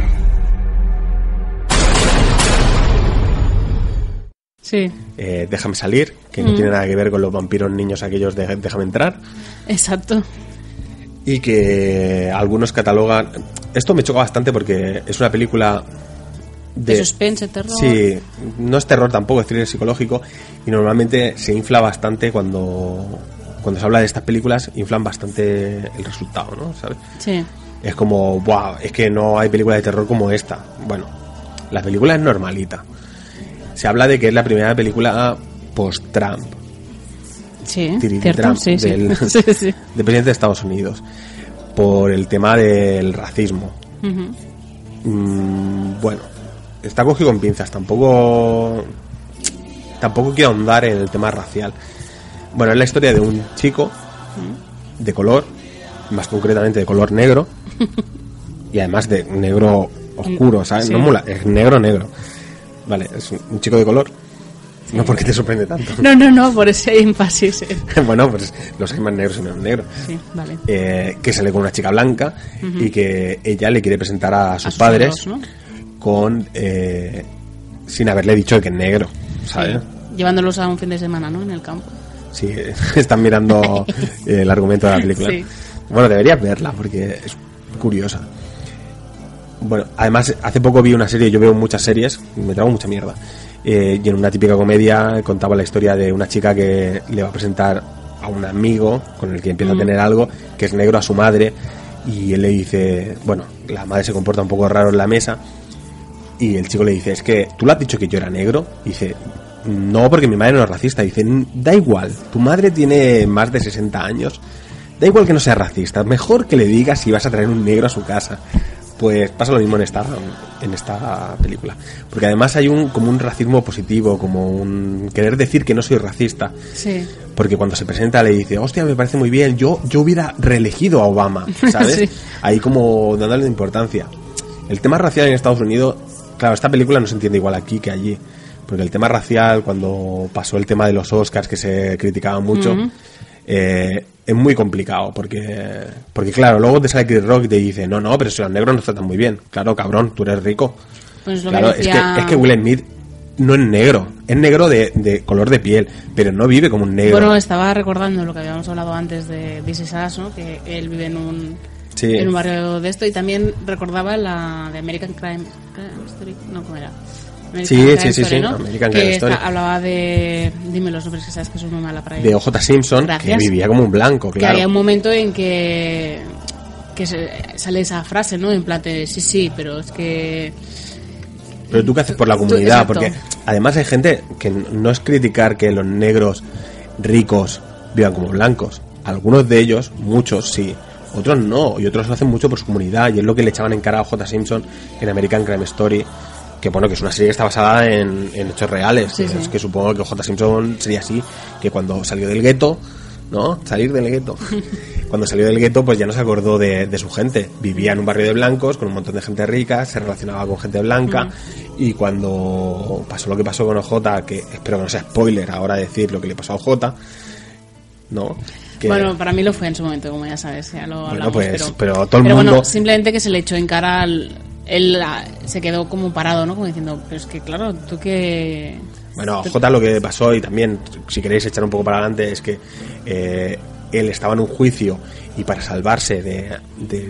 Sí. Déjame salir, que no tiene nada que ver con los vampiros niños aquellos de Déjame entrar. Exacto. Y que algunos catalogan... Esto me choca bastante porque es una película de suspense, terror. Sí, no es terror tampoco, es thriller psicológico. Y normalmente se infla bastante cuando se habla de estas películas, inflan bastante el resultado, ¿no? ¿Sabes? Sí. Es como, wow, es que no hay película de terror como esta. Bueno, la película es normalita. Se habla de que es la primera película post-Trump. Sí, cierto, Trump, sí, del presidente de Estados Unidos, por el tema del racismo. Bueno, está cogido con pinzas, tampoco quiero ahondar en el tema racial. Bueno, es la historia de un chico de color, más concretamente de color negro, y además de negro oscuro, ¿sabes? Sí. No mola, es negro. Vale, es un chico de color. No porque te sorprende tanto. No, por ese énfasis. Bueno, pues los hay más negros y menos negros. Sí, vale. Que sale con una chica blanca y que ella le quiere presentar a sus padres hijos, ¿no? con sin haberle dicho que es negro, ¿sabes? Sí. Llevándolos a un fin de semana, ¿no? En el campo. Sí, están mirando el argumento de la película. Sí. Bueno, deberías verla porque es curiosa. Bueno, además hace poco vi una serie, yo veo muchas series, me trago mucha mierda. Y en una típica comedia contaba la historia de una chica que le va a presentar a un amigo con el que empieza a tener algo, que es negro, a su madre, y él le dice, bueno, la madre se comporta un poco raro en la mesa, y el chico le dice, es que tú le has dicho que yo era negro, y dice, no, porque mi madre no es racista. Dice, da igual, tu madre tiene más de 60 años, da igual que no sea racista, mejor que le digas si vas a traer un negro a su casa. Pues pasa lo mismo en esta película, porque además hay como un racismo positivo, como un querer decir que no soy racista. Sí. Porque cuando se presenta le dice, hostia, me parece muy bien, yo hubiera reelegido a Obama, ¿sabes? Sí. Ahí como dándole importancia. El tema racial en Estados Unidos, claro, esta película no se entiende igual aquí que allí, porque el tema racial, cuando pasó el tema de los Oscars, que se criticaba mucho, es muy complicado, porque claro, luego te sale Chris Rock y te dice, no, pero si los negros nos tratan muy bien. Claro, cabrón, tú eres rico. Pues lo claro, que decía... es que Will Smith no es negro de color de piel, pero no vive como un negro. Bueno, estaba recordando lo que habíamos hablado antes de This Is Us, ¿no? Que él vive en un barrio de esto, y también recordaba la de American Crime Story, no, ¿cómo era? Sí, ¿no? American Crime Story. Hablaba de, dime los nombres que sabes que son muy mala para ello. De O.J. Simpson. Gracias. Que vivía como un blanco, claro. Que había un momento en que sale esa frase, ¿no? En plan de, sí, pero es que... Pero tú qué haces por la comunidad, exacto. Porque además hay gente que no es criticar que los negros ricos vivan como blancos. Algunos de ellos, muchos sí, otros no, y otros lo hacen mucho por su comunidad, y es lo que le echaban en cara a O.J. Simpson en American Crime Story, que bueno, que es una serie que está basada en hechos reales. Sí. Es que supongo que O.J. Simpson sería así, que cuando salió del gueto, ¿no? Salir del gueto. Cuando salió del gueto, pues ya no se acordó de su gente. Vivía en un barrio de blancos con un montón de gente rica, se relacionaba con gente blanca, y cuando pasó lo que pasó con OJ, que espero que no sea spoiler ahora decir lo que le pasó a OJ, ¿no? Que, bueno, para mí lo fue en su momento, como ya sabes, ya lo hablamos. Pues, pero todo el mundo... Bueno, simplemente que se le echó en cara él se quedó como parado, ¿no? Como diciendo, pero es que claro, tú que... Bueno, J lo que pasó, y también, si queréis echar un poco para adelante, es que él estaba en un juicio, y para salvarse de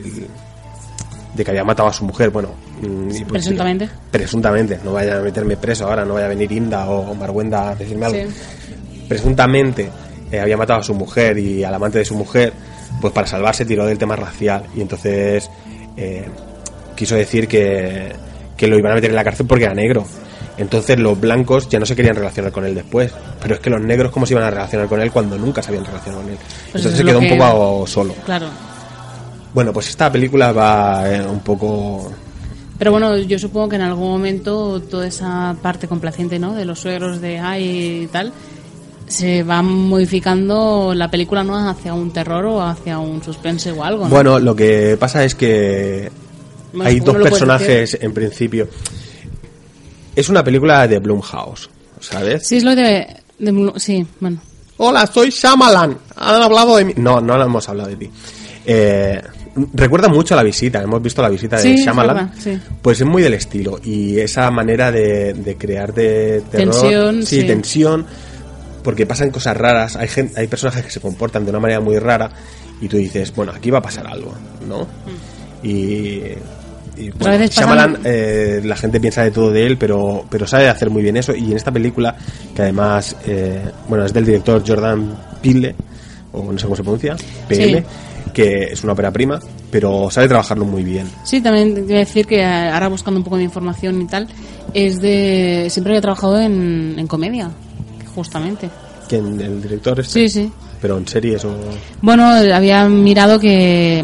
que había matado a su mujer, bueno... Presuntamente, no vaya a meterme preso ahora, no vaya a venir Inda o Marwenda a decirme algo. Sí. Presuntamente había matado a su mujer y al amante de su mujer, pues para salvarse tiró del tema racial, y entonces quiso decir que lo iban a meter en la cárcel porque era negro. Entonces los blancos ya no se querían relacionar con él después, pero es que los negros cómo se iban a relacionar con él cuando nunca se habían relacionado con él. Pues entonces se quedó un poco solo. Claro. Bueno, pues esta película va un poco... Pero bueno, yo supongo que en algún momento toda esa parte complaciente, ¿no? De los suegros de ay y tal, se va modificando la película, ¿no? Hacia un terror o hacia un suspense o algo, ¿no? Bueno, lo que pasa es que hay dos personajes en principio. Es una película de Blumhouse, ¿sabes? Sí, es lo de sí, bueno. Hola, soy Shyamalan. ¿Han hablado de mí? No hemos hablado de ti. Recuerda mucho a La Visita. Hemos visto La Visita de Shyamalan. Sí. Pues es muy del estilo. Y esa manera de crear de terror. Tensión. Sí, tensión. Porque pasan cosas raras. Hay personajes que se comportan de una manera muy rara. Y tú dices, bueno, aquí va a pasar algo, ¿no? Y bueno, Shyamalan, la gente piensa de todo de él, pero sabe hacer muy bien eso. Y en esta película, que además es del director Jordan Peele, o no sé cómo se pronuncia, Peele, que es una ópera prima, pero sabe trabajarlo muy bien. Sí, también te voy a decir que ahora buscando un poco de información y tal, siempre había trabajado en comedia, justamente. ¿Quién? ¿El director este? Sí, sí. ¿Pero en series o...? Bueno, había mirado que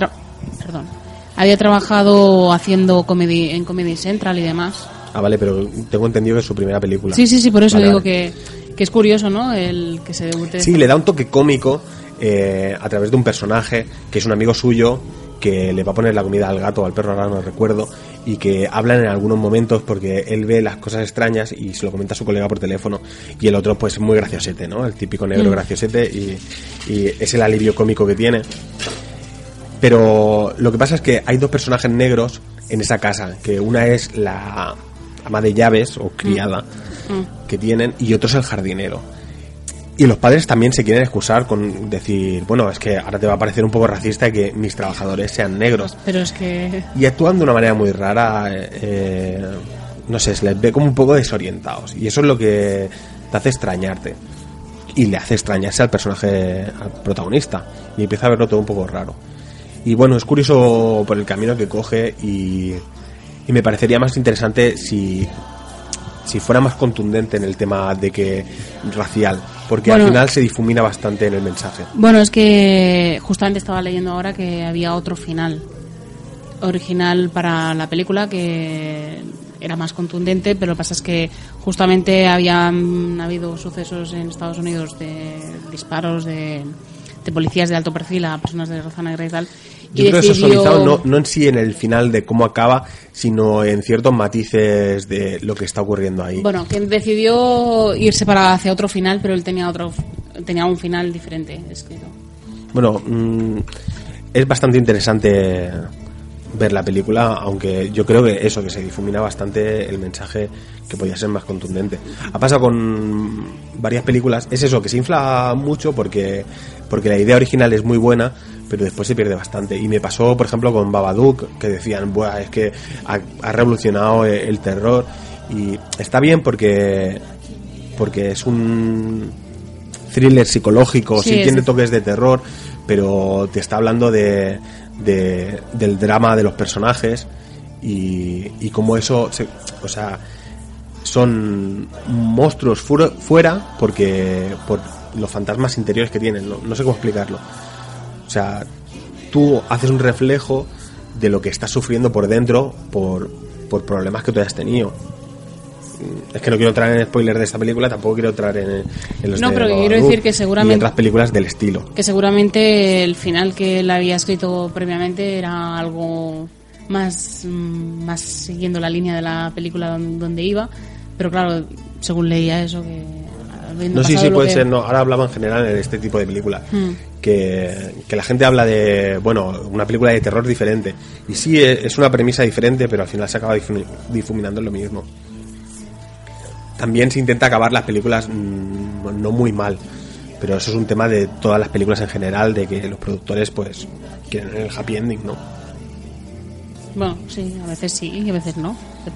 había trabajado haciendo en Comedy Central y demás. Ah, vale, pero tengo entendido que es su primera película. Sí, por eso digo que es curioso, ¿no? El que se debute. Sí, le da un toque cómico a través de un personaje que es un amigo suyo que le va a poner la comida al gato o al perro, ahora no recuerdo, y que hablan en algunos momentos porque él ve las cosas extrañas y se lo comenta a su colega por teléfono, y el otro pues muy graciosete, ¿no? El típico negro graciosete, y es el alivio cómico que tiene. Pero lo que pasa es que hay dos personajes negros en esa casa, que una es la ama de llaves o criada que tienen, y otro es el jardinero. Y los padres también se quieren excusar con decir, bueno, es que ahora te va a parecer un poco racista que mis trabajadores sean negros. Pero es que... Y actúan de una manera muy rara, no sé, se les ve como un poco desorientados. Y eso es lo que te hace extrañarte. Y le hace extrañarse al personaje, al protagonista. Y empieza a verlo todo un poco raro. Y bueno, es curioso por el camino que coge, y me parecería más interesante si fuera más contundente en el tema de que racial, porque al final se difumina bastante en el mensaje. Bueno, es que justamente estaba leyendo ahora que había otro final original para la película que era más contundente, pero lo que pasa es que justamente habían habido sucesos en Estados Unidos de disparos de policías de alto perfil a personas de raza negra y tal. Yo creo que eso es suavizado no en sí en el final de cómo acaba, sino en ciertos matices de lo que está ocurriendo ahí. Bueno, que decidió irse hacia otro final, pero él tenía un final diferente escrito. Bueno, es bastante interesante ver la película, aunque yo creo que eso, que se difumina bastante el mensaje, que podía ser más contundente. Ha pasado con varias películas, es eso, que se infla mucho porque la idea original es muy buena, pero después se pierde bastante. Y me pasó, por ejemplo, con Babadook, que decían, buah, es que ha revolucionado el terror, y está bien porque es un thriller psicológico, sí tiene toques de terror, pero te está hablando del drama de los personajes y cómo eso son monstruos fuera por los fantasmas interiores que tienen, no sé cómo explicarlo. O sea, tú haces un reflejo de lo que estás sufriendo por dentro por problemas que tú hayas tenido. Es que no quiero entrar en spoilers de esta película, tampoco quiero entrar en los no, de pero Babadook, quiero decir que seguramente, y otras películas del estilo. Que seguramente el final que él había escrito previamente era algo más siguiendo la línea de la película donde iba, pero claro, según leía eso, que no, sí, puede ser, no, ahora hablaba en general en este tipo de películas, que la gente habla de, bueno, una película de terror diferente, y sí, es una premisa diferente, pero al final se acaba difuminando en lo mismo. También se intenta acabar las películas no muy mal, pero eso es un tema de todas las películas en general, de que los productores pues quieren el happy ending, ¿no? Bueno, sí, a veces sí y a veces no,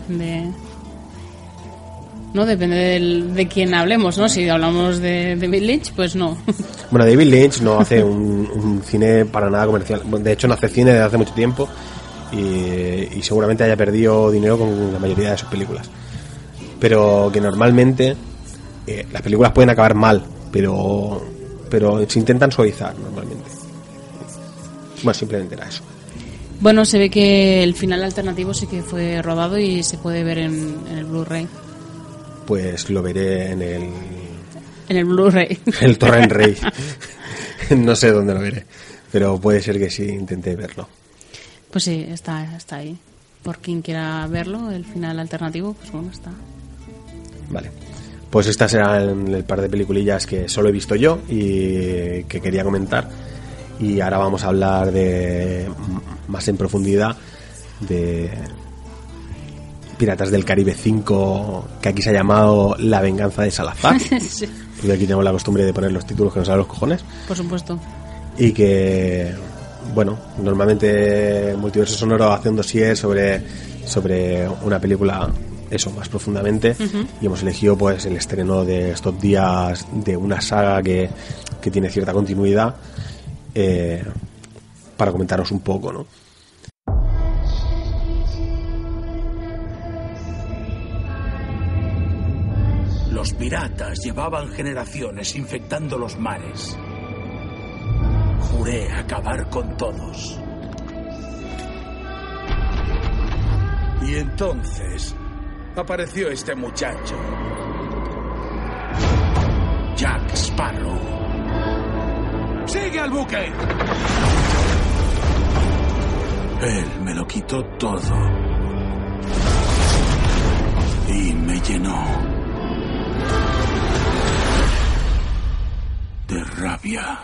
depende de quién hablemos, ¿no? Si hablamos de David Lynch, pues no. Bueno, David Lynch no hace un cine para nada comercial, de hecho no hace cine desde hace mucho tiempo y seguramente haya perdido dinero con la mayoría de sus películas. Pero que normalmente las películas pueden acabar mal, pero se intentan suavizar normalmente. Bueno, simplemente era eso. Bueno, se ve que el final alternativo sí que fue rodado y se puede ver en el Blu-ray. Pues lo veré en el Blu-ray. El Torrent Ray. No sé dónde lo veré, pero puede ser que sí intente verlo. Pues sí, está ahí. Por quien quiera verlo, el final alternativo, pues bueno, está. Vale, pues estas eran el par de peliculillas que solo he visto yo y que quería comentar, y ahora vamos a hablar más en profundidad de Piratas del Caribe 5, que aquí se ha llamado La venganza de Salazar. Sí. Porque aquí tenemos la costumbre de poner los títulos que nos salen los cojones. Por supuesto. Y que, bueno, normalmente Multiverso Sonoro hace un dossier sobre una película, eso, más profundamente, y hemos elegido pues el estreno de estos días de una saga que tiene cierta continuidad, para comentaros un poco, ¿no? Los piratas llevaban generaciones infectando los mares. Juré acabar con todos. Y entonces apareció este muchacho, Jack Sparrow. ¡Sigue al buque! Él me lo quitó todo y me llenó de rabia.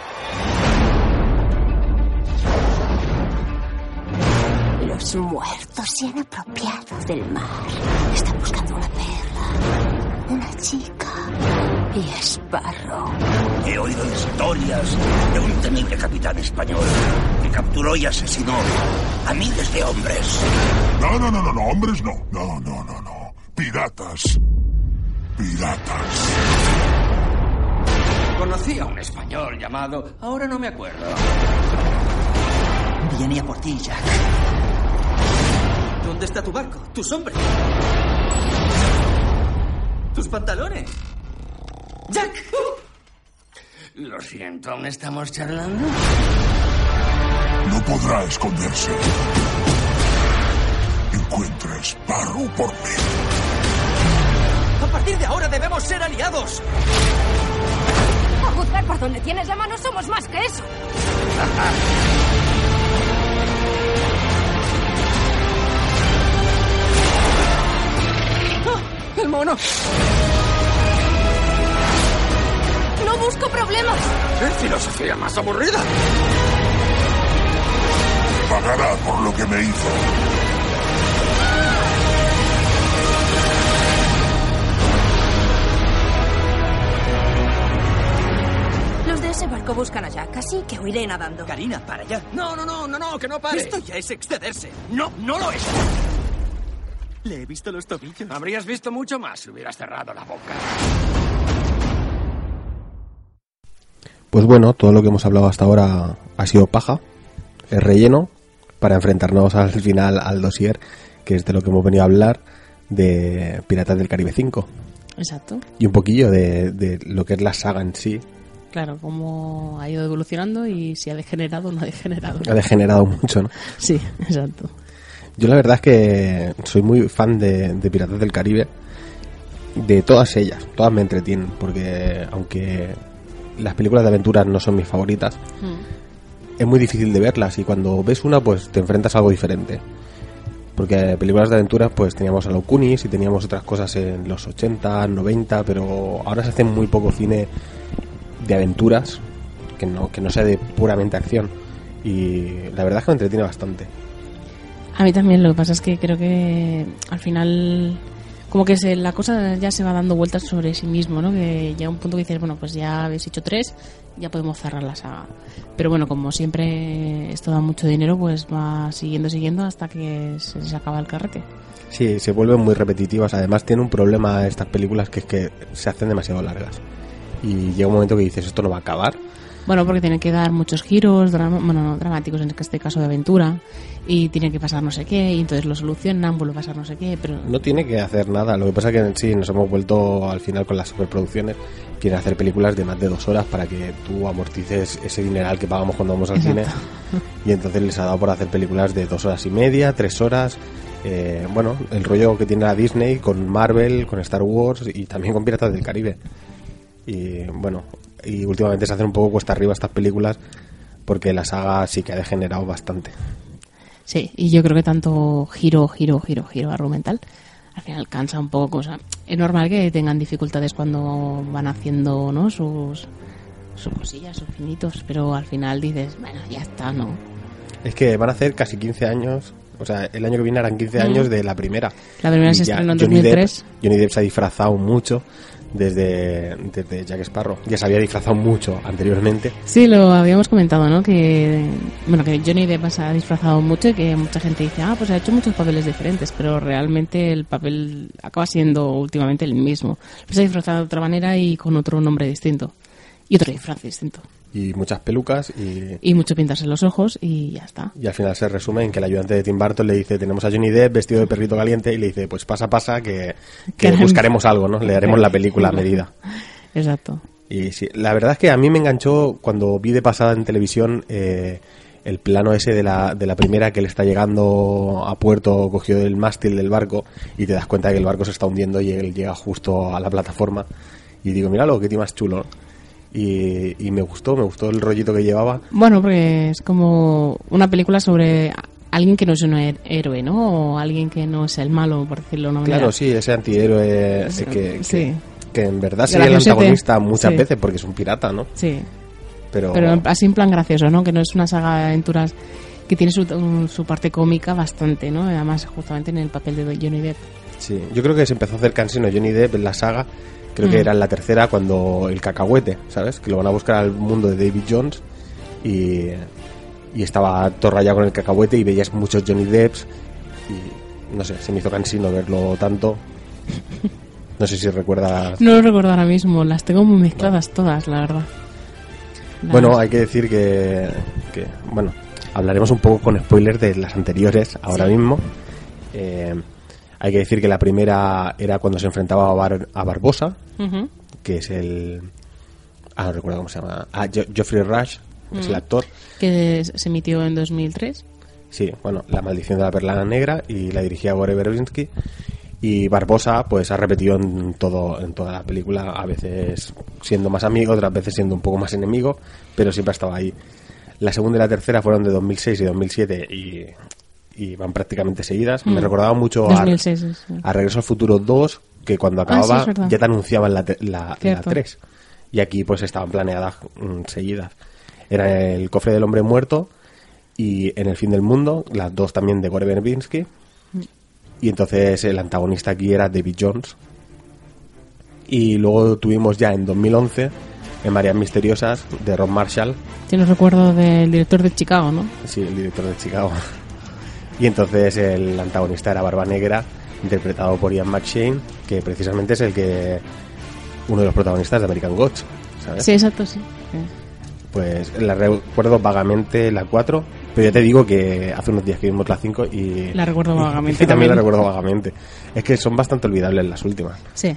Los muertos se han apropiado del mar. Están buscando una perla, una chica y Sparrow. He oído historias de un temible capitán español que capturó y asesinó a miles de hombres. No, hombres no. No. Piratas. Conocí a un español llamado... Ahora no me acuerdo. Viene a por ti, Jack. ¿Dónde está tu barco? ¿Tus hombres? ¿Tus pantalones? ¡Jack! Lo siento, ¿aún estamos charlando? No podrá esconderse. Encuentra a Sparrow por mí. A partir de ahora debemos ser aliados. A juzgar por donde tienes la mano, somos más que eso. ¡El mono! No busco problemas. ¡Es filosofía más aburrida! Pagar pagará por lo que me hizo. Los de ese barco buscan a Jack, así que huiré nadando. Karina, para allá. No, que no pare. Esto ya es excederse. No lo es. Le he visto los tobillos. Habrías visto mucho más si hubieras cerrado la boca. Pues bueno, todo lo que hemos hablado hasta ahora ha sido paja, es relleno, para enfrentarnos al final al dossier, que es de lo que hemos venido a hablar, de Piratas del Caribe 5. Exacto. Y un poquillo de lo que es la saga en sí. Claro, cómo ha ido evolucionando y si ha degenerado o no ha degenerado. Ha degenerado mucho, ¿no? Sí, exacto. Yo la verdad es que soy muy fan de Piratas del Caribe, de todas ellas, todas me entretienen, porque aunque las películas de aventuras no son mis favoritas, es muy difícil de verlas, y cuando ves una pues te enfrentas a algo diferente, porque películas de aventuras pues teníamos a los Goonies y teníamos otras cosas en los 80, 90, pero ahora se hace muy poco cine de aventuras que no sea de puramente acción, y la verdad es que me entretiene bastante. A mí también, lo que pasa es que creo que al final como que la cosa ya se va dando vueltas sobre sí mismo, ¿no? Que llega un punto que dices, bueno, pues ya habéis hecho 3, ya podemos cerrar la saga. Pero bueno, como siempre esto da mucho dinero, pues va siguiendo hasta que se les acaba el carrete. Sí, se vuelven muy repetitivas. Además tiene un problema estas películas, que es que se hacen demasiado largas. Y llega un momento que dices, esto no va a acabar. Bueno, porque tienen que dar muchos giros, no dramáticos, en este caso de aventura, y tiene que pasar no sé qué, y entonces lo solucionan, vuelve a pasar no sé qué, pero... No tiene que hacer nada, lo que pasa es que sí, nos hemos vuelto al final con las superproducciones, quieren hacer películas de más de 2 horas para que tú amortices ese dineral que pagamos cuando vamos al Exacto. cine, y entonces les ha dado por hacer películas de 2 horas y media, 3 horas, bueno, el rollo que tiene la Disney con Marvel, con Star Wars y también con Piratas del Caribe. Y bueno, y últimamente se hacen un poco cuesta arriba estas películas porque la saga sí que ha degenerado bastante. Sí, y yo creo que tanto giro argumental al final cansa un poco. O sea, es normal que tengan dificultades cuando van haciendo, ¿no? sus cosillas, sus finitos, pero al final dices, bueno, ya está, ¿no? Es que van a hacer casi 15 años. O sea, el año que viene harán 15 años de la primera. La primera se estrenó en 2003. Johnny Depp se ha disfrazado mucho desde Jack Sparrow. Ya se había disfrazado mucho anteriormente. Sí, lo habíamos comentado, ¿no? Que Johnny Depp se ha disfrazado mucho y que mucha gente dice, pues ha hecho muchos papeles diferentes, pero realmente el papel acaba siendo últimamente el mismo. Pero se ha disfrazado de otra manera y con otro nombre distinto. Y otro disfraz distinto. Y muchas pelucas y mucho pintarse los ojos y ya está. Y al final se resume en que el ayudante de Tim Burton le dice, tenemos a Johnny Depp vestido de perrito caliente, y le dice, pues pasa que buscaremos algo, ¿no? Le haremos la película a medida. Exacto. Y sí, la verdad es que a mí me enganchó cuando vi de pasada en televisión el plano ese de la primera, que le está llegando a puerto cogido del mástil del barco, y te das cuenta de que el barco se está hundiendo y él llega justo a la plataforma, y digo, míralo, qué tío más chulo. Y me gustó el rollito que llevaba. Bueno, porque es como una película sobre alguien que no es un héroe, ¿no? O alguien que no es el malo, por decirlo de una manera. Claro, sí, ese antihéroe sí. que en verdad sería el antagonista muchas veces porque es un pirata, ¿no? Sí. Pero así en plan gracioso, ¿no? Que no es una saga de aventuras que tiene su parte cómica bastante, ¿no? Además, justamente en el papel de Johnny Depp. Sí, yo creo que se empezó a hacer cansino Johnny Depp en la saga. Creo que era en la tercera, cuando el cacahuete, ¿sabes? Que lo van a buscar al mundo de David Jones y estaba todo rayado con el cacahuete y veías muchos Johnny Depps y no sé, se me hizo cansino verlo tanto. No sé si recuerdas. No lo recuerdo ahora mismo, las tengo muy mezcladas todas, la verdad. Bueno, hay que decir que bueno, hablaremos un poco con spoilers de las anteriores ahora mismo. Hay que decir que la primera era cuando se enfrentaba a Barbosa, que es no recuerdo cómo se llama. Geoffrey Rush, es el actor. Que se emitió en 2003. Sí, bueno, La maldición de la perla negra, y la dirigía Gore Verbinski. Y Barbosa pues ha repetido en toda la película, a veces siendo más amigo, otras veces siendo un poco más enemigo, pero siempre ha estado ahí. La segunda y la tercera fueron de 2006 y 2007 y van prácticamente seguidas. Me recordaba mucho 2006, a Regreso al Futuro 2, que cuando acababa ya te anunciaban la 3. Y aquí pues estaban planeadas seguidas. Era El cofre del hombre muerto y En el fin del mundo, las dos también de Gore Verbinski. Y entonces el antagonista aquí era David Jones. Y luego tuvimos ya en 2011 en Mareas Misteriosas de Rob Marshall. Tienes recuerdo del director de Chicago, ¿no? Sí, el director de Chicago. Y entonces el antagonista era Barba Negra, interpretado por Ian McShane, que precisamente es uno de los protagonistas de American Gods, ¿sabes? Sí, exacto, sí. Pues la recuerdo vagamente la 4, pero ya te digo que hace unos días que vimos la 5 y... La recuerdo vagamente. Y también la recuerdo vagamente. Es que son bastante olvidables las últimas. Sí.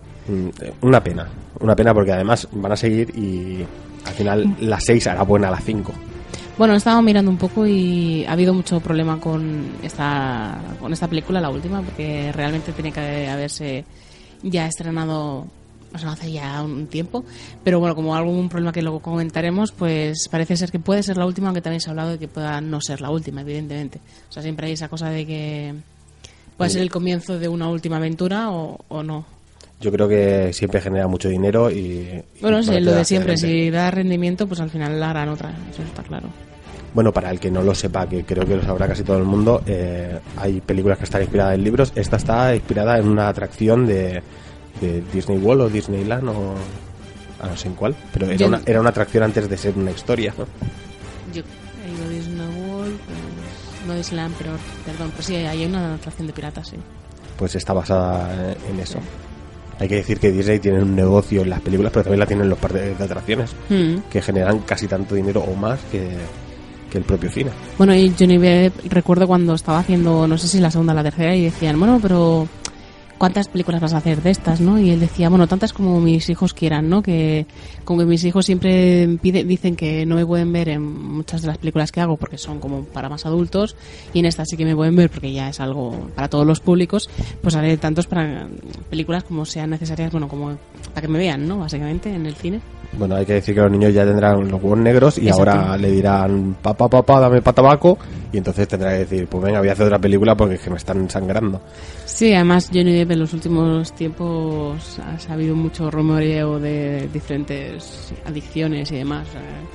Una pena porque además van a seguir y al final la 6 hará buena a la 5. Bueno, he estado mirando un poco y ha habido mucho problema con esta película, la última, porque realmente tenía que haberse ya estrenado, o sea, hace ya un tiempo, pero bueno, como algún problema que luego comentaremos, pues parece ser que puede ser la última, aunque también se ha hablado de que pueda no ser la última, evidentemente. O sea, siempre hay esa cosa de que puede ser el comienzo de una última aventura o no. Yo creo que siempre genera mucho dinero y... Bueno, sí, lo de siempre, si da rendimiento, pues al final la harán otra, eso está claro. Bueno, para el que no lo sepa, que creo que lo sabrá casi todo el mundo, hay películas que están inspiradas en libros. Esta está inspirada en una atracción de Disney World o Disneyland o... no sé en cuál, pero era una atracción antes de ser una historia, ¿no? Yo he ido a Disney World, pues, no Disneyland, pero perdón, pues sí, hay una atracción de piratas, sí. Pues está basada en eso. Hay que decir que Disney tiene un negocio en las películas, pero también la tienen los parques de atracciones, que generan casi tanto dinero o más que el propio cine. Bueno, y Johnny Depp, recuerdo cuando estaba haciendo, no sé si la segunda o la tercera, y decían, bueno, pero ¿cuántas películas vas a hacer de estas, no? Y él decía, bueno, tantas como mis hijos quieran, ¿no? Que como que mis hijos siempre dicen que no me pueden ver en muchas de las películas que hago porque son como para más adultos, y en esta sí que me pueden ver porque ya es algo para todos los públicos, pues haré tantos para películas como sean necesarias, bueno, como para que me vean, ¿no? Básicamente, en el cine. Bueno, hay que decir que los niños ya tendrán los huevos negros y Exacto. Ahora le dirán, papá, dame tabaco, y entonces tendrá que decir, pues venga, voy a hacer otra película porque es que me están sangrando. Sí, además Johnny Depp en los últimos tiempos ha habido mucho rumoreo de diferentes adicciones y demás.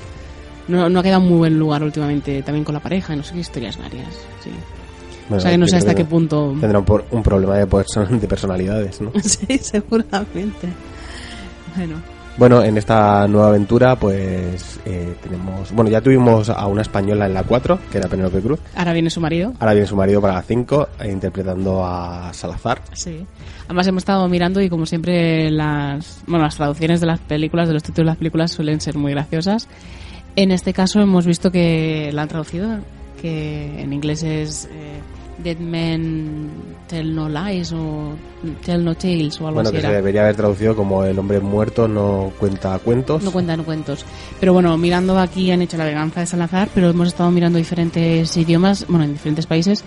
No ha quedado muy buen lugar últimamente también con la pareja, no sé qué historias varias. Sí. Bueno, o sea que no sé hasta qué punto... Tendrá un problema de personalidades, ¿no? Sí, seguramente. Bueno, en esta nueva aventura pues tenemos... Bueno, ya tuvimos a una española en la 4, que era Penélope Cruz. Ahora viene su marido para la 5, interpretando a Salazar. Sí. Además hemos estado mirando y como siempre las traducciones de las películas, de los títulos de las películas suelen ser muy graciosas. En este caso hemos visto que la han traducido, que en inglés es... Dead Men Tell No Lies o Tell No Tales o algo así. Bueno, que se debería haber traducido como El hombre muerto no cuenta cuentos. No cuentan cuentos. Pero bueno, mirando aquí han hecho La venganza de Salazar, pero hemos estado mirando diferentes idiomas, bueno, en diferentes países,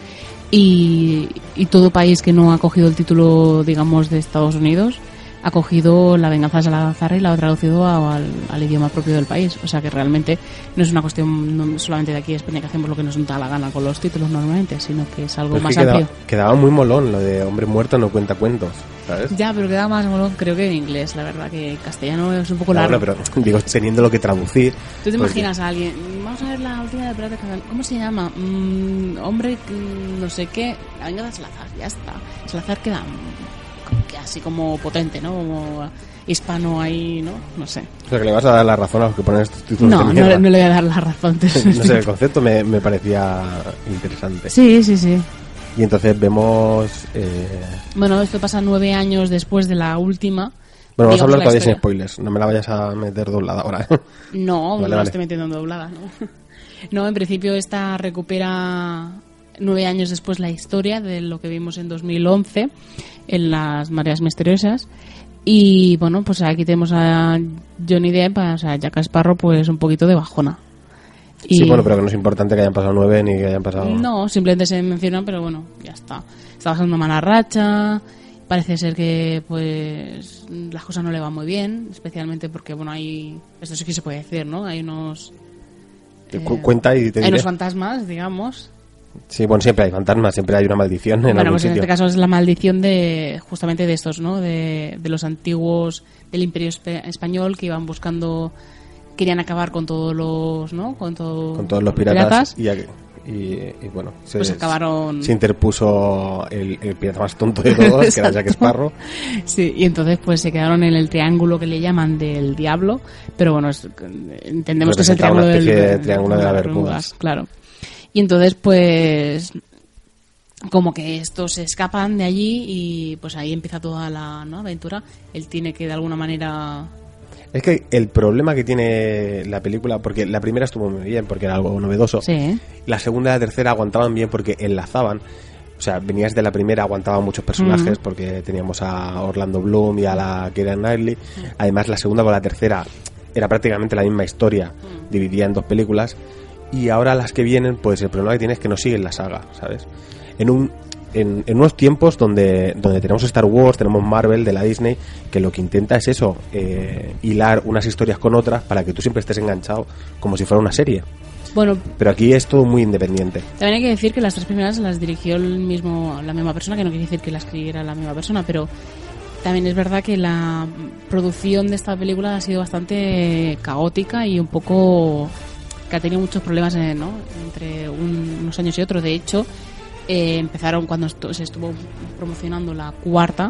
y todo país que no ha cogido el título, digamos, de Estados Unidos ha cogido La venganza de Salazar y la ha traducido al idioma propio del país. O sea que realmente no es una cuestión solamente de aquí de España que hacemos lo que nos da la gana con los títulos normalmente, sino que es algo más amplio. Quedaba muy molón lo de hombre muerto no cuenta cuentos, ¿sabes? Ya, pero quedaba más molón creo que en inglés, la verdad, que castellano es un poco largo. Bueno, pero digo, teniendo lo que traducir... ¿Tú te imaginas a alguien? Vamos a ver la última de Piratas Caribbean. ¿Cómo se llama? Hombre, no sé qué. La venganza de Salazar, ya está. Salazar queda... que así como potente, ¿no? Como hispano ahí, ¿no? No sé. O sea, que le vas a dar la razón a los que ponen estos títulos no, de mierda. No le voy a dar la razón. No sé, el concepto me parecía interesante. Sí. Y entonces vemos... Bueno, esto pasa 9 años después de la última. Bueno, vamos a hablar todavía sin spoilers. No me la vayas a meter doblada ahora. No, vale. Estoy metiendo en doblada, ¿no? No, en principio esta recupera 9 años después la historia de lo que vimos en 2011 en Las Mareas Misteriosas. Y bueno, pues aquí tenemos a Johnny Depp, o sea, Jack Sparrow, pues un poquito de bajona. Sí, bueno, pero que no es importante que hayan pasado 9 ni que hayan pasado... No, simplemente se mencionan, pero bueno, ya está. Está pasando mala racha, parece ser que pues las cosas no le van muy bien, especialmente porque, bueno, hay... Esto sí que se puede decir, ¿no? Hay unos... Cuenta y te diré. Hay unos fantasmas, digamos. Sí, bueno, siempre hay fantasmas, siempre hay una maldición en algún pues sitio. En este caso es la maldición de justamente de estos, ¿no? De los antiguos del Imperio Español que iban buscando querían acabar con todos los, ¿no? Con todos los piratas. Y bueno, pues acabaron... se interpuso el pirata más tonto de todos, que era Jack Sparrow. Sí, y entonces pues se quedaron en el triángulo que le llaman del diablo, pero bueno, entendemos que es el triángulo triángulo de las Bermudas. Claro. Y entonces pues como que estos se escapan de allí y pues ahí empieza toda la, ¿no?, aventura. Él tiene que de alguna manera... Es que el problema que tiene la película, porque la primera estuvo muy bien porque era algo novedoso, sí. La segunda y la tercera aguantaban bien porque enlazaban, o sea, venías de la primera, aguantaban muchos personajes porque teníamos a Orlando Bloom y a la Keira Knightley. Además la segunda con la tercera era prácticamente la misma historia, dividida en 2 películas, y ahora las que vienen, pues el problema que tiene es que no siguen la saga, ¿sabes? En unos tiempos donde tenemos Star Wars, tenemos Marvel de la Disney, que lo que intenta es eso, hilar unas historias con otras para que tú siempre estés enganchado como si fuera una serie. Bueno, pero aquí es todo muy independiente. También hay que decir que las 3 primeras las dirigió la misma persona, que no quiere decir que las escribiera la misma persona, pero también es verdad que la producción de esta película ha sido bastante caótica y un poco... que ha tenido muchos problemas, ¿no?, entre unos años y otros. De hecho... empezaron cuando se estuvo promocionando la 4ª,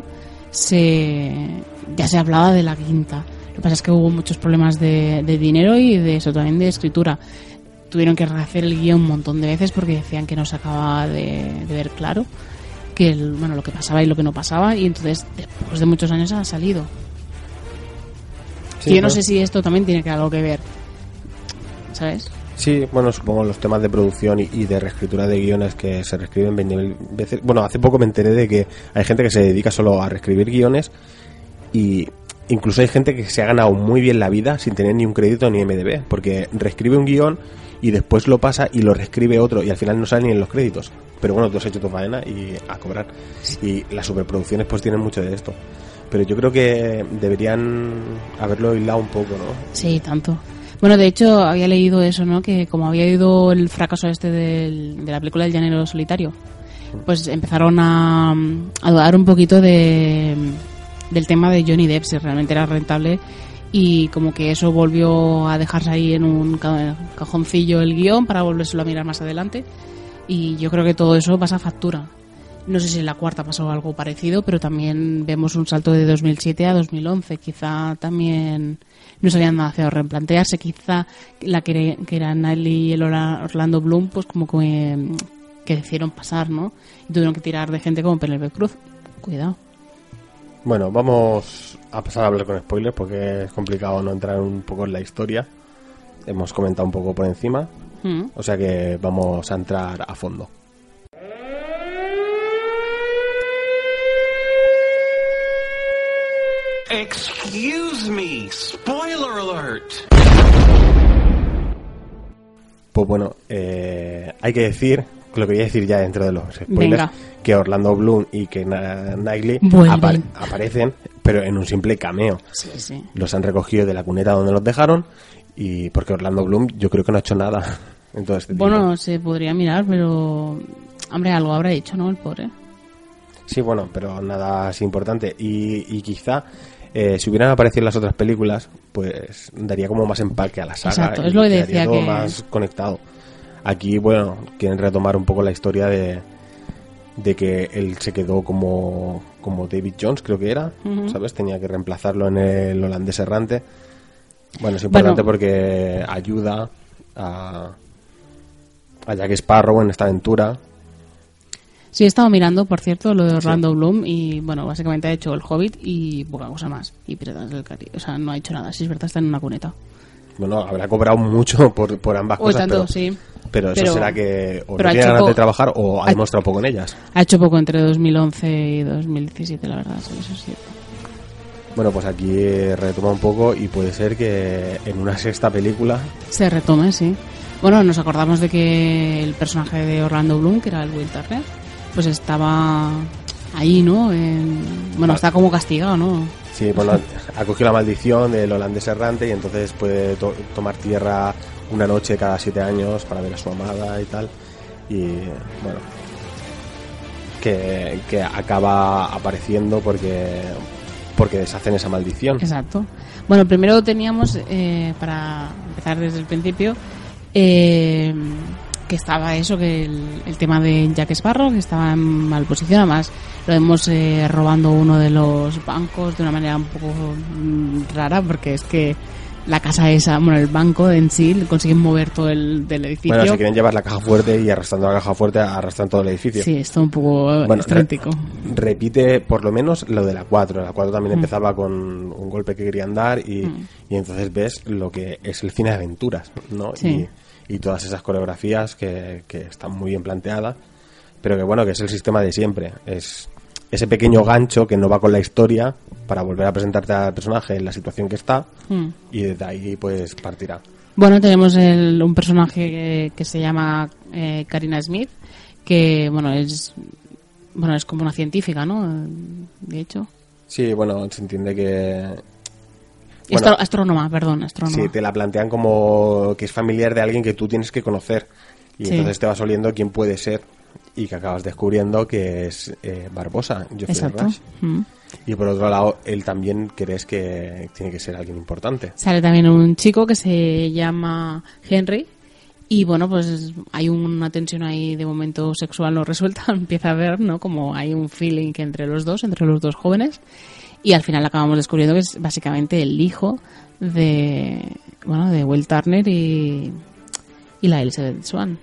ya se hablaba de la 5ª. Lo que pasa es que hubo muchos problemas de dinero y de eso, también de escritura. Tuvieron que rehacer el guión un montón de veces porque decían que no se acababa de ver claro que lo que pasaba y lo que no pasaba, y entonces después de muchos años ha salido. Sí, yo no sé si esto también tiene algo que ver, ¿sabes? Sí, bueno, supongo los temas de producción y de reescritura de guiones que se reescriben 20.000 veces. Bueno, hace poco me enteré de que hay gente que se dedica solo a reescribir guiones, y incluso hay gente que se ha ganado muy bien la vida sin tener ni un crédito ni IMDb, porque reescribe un guión y después lo pasa y lo reescribe otro y al final no sale ni en los créditos. Pero bueno, tú has hecho tu faena y a cobrar. Y las superproducciones pues tienen mucho de esto. Pero yo creo que deberían haberlo hilado un poco, ¿no? Sí, tanto. Bueno, de hecho, había leído eso, ¿no? Que como había ido el fracaso de la película El Llanero Solitario, pues empezaron a dudar un poquito del tema de Johnny Depp, si realmente era rentable, y como que eso volvió a dejarse ahí en un cajoncillo el guión para volvérselo a mirar más adelante, y yo creo que todo eso pasa factura. No sé si en la 4ª pasó algo parecido, pero también vemos un salto de 2007 a 2011. Quizá también no se habían nacido a replantearse. Quizá la que era Knightley y el Orlando Bloom, pues como que hicieron pasar, ¿no? Y tuvieron que tirar de gente como Penélope Cruz. Cuidado. Bueno, vamos a pasar a hablar con spoilers porque es complicado no entrar un poco en la historia. Hemos comentado un poco por encima. O sea que vamos a entrar a fondo. Excuse me, spoiler alert. Pues bueno, hay que decir, lo que voy a decir ya dentro de los spoilers, que Orlando Bloom y que Knightley aparecen, pero en un simple cameo. Sí, sí. Los han recogido de la cuneta donde los dejaron, y porque Orlando Bloom yo creo que no ha hecho nada en todo este tiempo. Bueno, se podría mirar, pero hombre, algo habrá hecho, ¿no? El pobre. Sí, bueno, pero nada así importante. Y quizá si hubieran aparecido en las otras películas, pues daría como más empaque a la saga. Exacto, es lo que decía, todo más conectado. Aquí, bueno, quieren retomar un poco la historia de que él se quedó como David Jones, creo que era, ¿sabes? Tenía que reemplazarlo en el holandés errante. Bueno, es importante porque ayuda a Jack Sparrow en esta aventura. Sí, he estado mirando, por cierto, lo de Orlando Bloom, y bueno, básicamente ha hecho El Hobbit y poca cosa más, y Piratas del Caribe, o sea, no ha hecho nada, si es verdad, está en una cuneta. Bueno, habrá cobrado mucho por ambas cosas, tanto, sí. Pero eso será que o no tiene ganas de trabajar o ha demostrado poco en ellas. Ha hecho poco entre 2011 y 2017, la verdad, eso es cierto. Bueno, pues aquí retoma un poco y puede ser que en una sexta película se retome, sí. Bueno, nos acordamos de que el personaje de Orlando Bloom, que era el Will Turner, pues estaba ahí, ¿no? Bueno, está como castigado, ¿no? Sí, bueno, ha cogido la maldición del holandés errante y entonces puede tomar tierra una noche cada 7 años para ver a su amada y tal. Y bueno, que acaba apareciendo porque porque deshacen esa maldición. Exacto. Bueno, primero teníamos, para empezar desde el principio, que estaba eso, que el tema de Jack Sparrow, que estaba en mal posición. Además lo vemos robando uno de los bancos de una manera un poco rara, porque es que la casa esa, bueno, el banco en sí, consiguen mover todo del edificio. Bueno, se quieren llevar la caja fuerte y arrastrando la caja fuerte arrastran todo el edificio. Sí, esto un poco estrántico. Repite por lo menos lo de la 4. La 4 también empezaba con un golpe que querían dar y entonces ves lo que es el cine de aventuras, ¿no? Sí. Y todas esas coreografías que están muy bien planteadas, pero que bueno, que es el sistema de siempre. Es ese pequeño gancho que no va con la historia para volver a presentarte al personaje en la situación que está y desde ahí pues partirá. Bueno, tenemos un personaje que se llama Karina Smith, que es como una científica, ¿no? De hecho. Sí, bueno, se entiende que... Astrónoma. Sí, te la plantean como que es familiar de alguien que tú tienes que conocer y entonces te vas oliendo quién puede ser y que acabas descubriendo que es Barbosa, Geoffrey Rush. Y por otro lado, él también crees que tiene que ser alguien importante. Sale también un chico que se llama Henry y bueno, pues hay una tensión ahí de momento sexual no resuelta. Empieza a ver, ¿no? Como hay un feeling que entre los dos jóvenes. Y al final acabamos descubriendo que es básicamente el hijo de Will Turner y la Elizabeth Swann.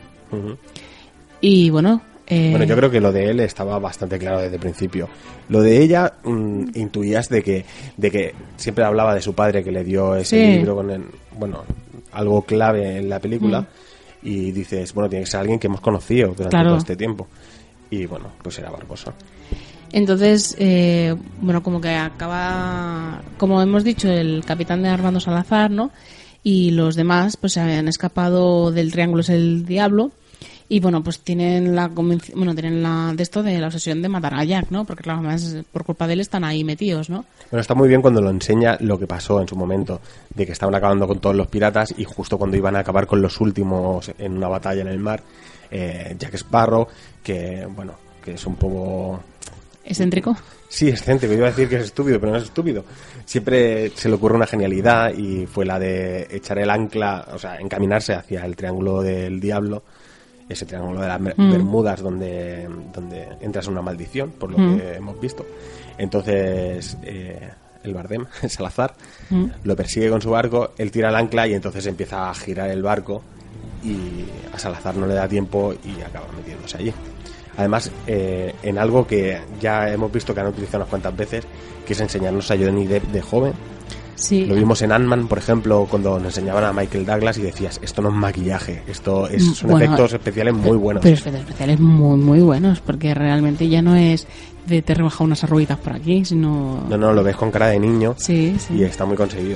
Y bueno... yo creo que lo de él estaba bastante claro desde el principio. Lo de ella, intuías de que siempre hablaba de su padre que le dio ese libro con algo clave en la película y dices, bueno, tiene que ser alguien que hemos conocido durante todo este tiempo. Y bueno, pues era Barbosa. Entonces, como que acaba, como hemos dicho, el capitán de Armando Salazar, ¿no? Y los demás, pues se habían escapado del Triángulo es el Diablo. Y bueno, pues tienen la de esto de la obsesión de matar a Jack, ¿no? Porque claro, además por culpa de él están ahí metidos, ¿no? Bueno, está muy bien cuando lo enseña lo que pasó en su momento, de que estaban acabando con todos los piratas y justo cuando iban a acabar con los últimos en una batalla en el mar, Jack Sparrow, que es un poco... ¿Excéntrico? Sí, excéntrico. Iba a decir que es estúpido, pero no es estúpido. Siempre se le ocurre una genialidad y fue la de echar el ancla, o sea, encaminarse hacia el Triángulo del Diablo, ese triángulo de las Bermudas donde entras en una maldición, por lo que hemos visto. Entonces, el Bardem, Salazar, lo persigue con su barco, él tira el ancla y entonces empieza a girar el barco y a Salazar no le da tiempo y acaba metiéndose allí. Además, en algo que ya hemos visto que han utilizado unas cuantas veces, que es enseñarnos a Johnny Depp de joven. Sí. Lo vimos en Ant-Man, por ejemplo, cuando nos enseñaban a Michael Douglas y decías, esto no es maquillaje, son efectos especiales muy buenos. Pero efectos especiales muy, muy buenos, porque realmente ya no es de te rebaja unas arruguitas por aquí, sino... No, lo ves con cara de niño y está muy conseguido.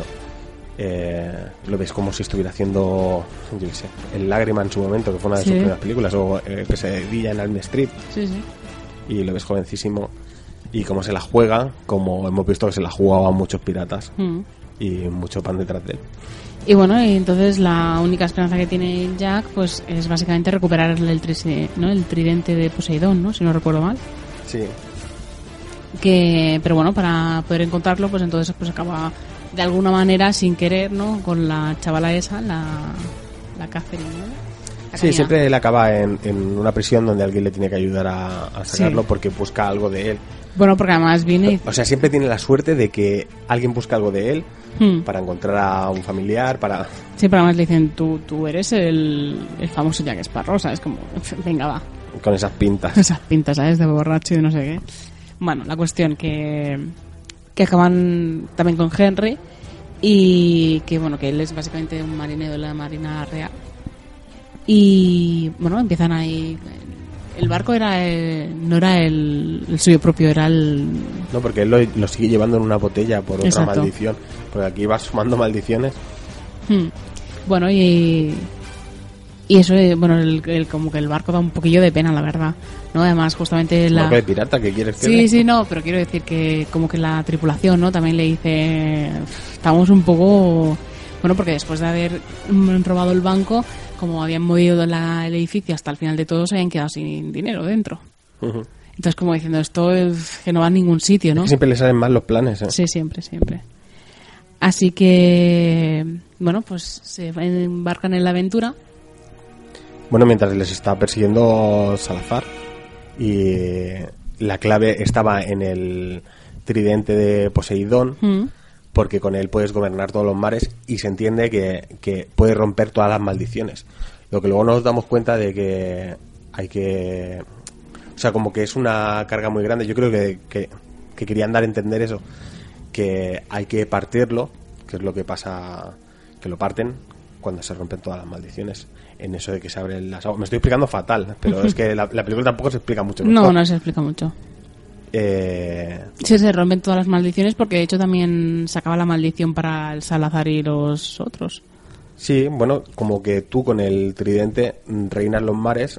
Lo ves como si estuviera haciendo, yo qué sé, El Lágrima en su momento, que fue una de sus primeras películas, o que se veía en Elm Street. Y lo ves jovencísimo y cómo se la juega, como hemos visto que se la jugaba a muchos piratas y mucho pan detrás de él. Y bueno, y entonces la única esperanza que tiene Jack pues es básicamente recuperar el tridente de Poseidón, ¿no? Si no recuerdo mal. Sí. Pero bueno, para poder encontrarlo, pues entonces pues acaba de alguna manera sin querer, ¿no? Con la chavala esa, la Catherine, ¿no? Sí, siempre él acaba en una prisión donde alguien le tiene que ayudar a sacarlo porque busca algo de él. Bueno, porque además viene... O sea, siempre tiene la suerte de que alguien busca algo de él para encontrar a un familiar, para... Sí, pero además le dicen, tú eres el famoso Jack Sparrow, ¿sabes? Como, venga, va. Con esas pintas. Esas pintas, ¿sabes? De borracho y de no sé qué. Bueno, la cuestión que acaban también con Henry y que, bueno, que él es básicamente un marinero de la Marina Real. Y bueno, empiezan ahí. El barco no era el suyo propio, era el... No, porque él lo sigue llevando en una botella por otra maldición. Porque aquí va sumando maldiciones. Bueno, y eso, bueno, como que el barco da un poquillo de pena, la verdad, ¿no? Además, justamente ¿Un barco de pirata? ¿Qué quieres que Sí, no, pero quiero decir que como que la tripulación, ¿no? También le dice... Estamos un poco... Bueno, porque después de haber robado el banco, como habían movido el edificio hasta el final de todo, se habían quedado sin dinero dentro. Entonces, como diciendo, esto es que no va a ningún sitio, ¿no? Es que siempre le salen mal los planes, ¿eh? Sí, siempre. Así que, bueno, pues se embarcan en la aventura. Bueno, mientras les está persiguiendo Salazar, y la clave estaba en el tridente de Poseidón, porque con él puedes gobernar todos los mares y se entiende que puede romper todas las maldiciones. Lo que luego nos damos cuenta de que hay que... O sea, como que es una carga muy grande. Yo creo que querían dar a entender eso, que hay que partirlo, que es lo que pasa, que lo parten cuando se rompen todas las maldiciones. En eso de que se abren las aguas. Me estoy explicando fatal, pero es que la película tampoco se explica mucho. No se explica mucho. Sí, se rompen todas las maldiciones porque de hecho también se acaba la maldición para el Salazar y los otros. Sí, bueno, como que tú con el tridente reinas los mares,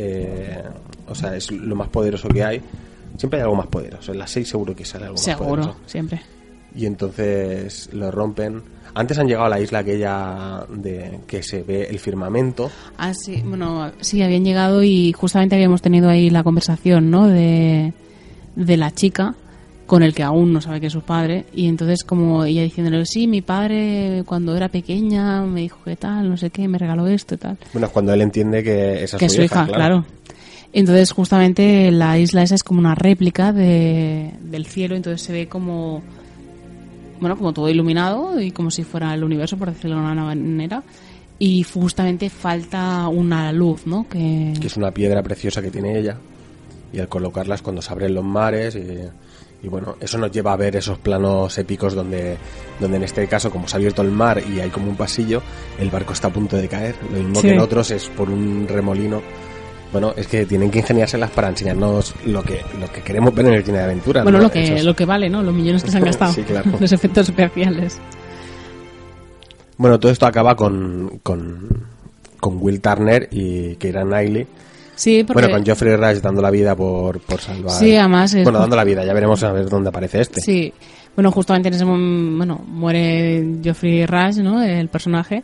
o sea, es lo más poderoso que hay. Siempre hay algo más poderoso. En las 6 seguro que sale algo más poderoso. Seguro, siempre. Y entonces lo rompen. Antes han llegado a la isla aquella de que se ve el firmamento. Ah, sí, bueno, sí, habían llegado y justamente habíamos tenido ahí la conversación, ¿no? De la chica con el que aún no sabe que es su padre, y entonces como ella diciéndole, sí, mi padre cuando era pequeña me dijo que tal, no sé qué, me regaló esto y tal. Bueno, es cuando él entiende que esa es su hija, claro. Entonces justamente la isla esa es como una réplica del cielo, entonces se ve como... Bueno, como todo iluminado y como si fuera el universo, por decirlo de una manera. Y justamente falta una luz, ¿no? Que es una piedra preciosa que tiene ella. Y al colocarlas cuando se abren los mares y bueno, eso nos lleva a ver esos planos épicos donde en este caso, como se ha abierto el mar y hay como un pasillo, el barco está a punto de caer. Lo mismo que en otros es por un remolino. Bueno, es que tienen que ingeniárselas para enseñarnos lo que queremos ver en el cine de aventura. Bueno, ¿no? lo que vale, ¿no? Los millones que se han gastado. Sí, claro. Los efectos especiales. Bueno, todo esto acaba con Will Turner y Keira Knightley. Sí, porque... Bueno, con Geoffrey Rush dando la vida por salvar... Sí, además... Bueno, dando la vida, ya veremos a ver dónde aparece este. Sí, bueno, justamente en ese momento, bueno, muere Geoffrey Rush, ¿no? El personaje...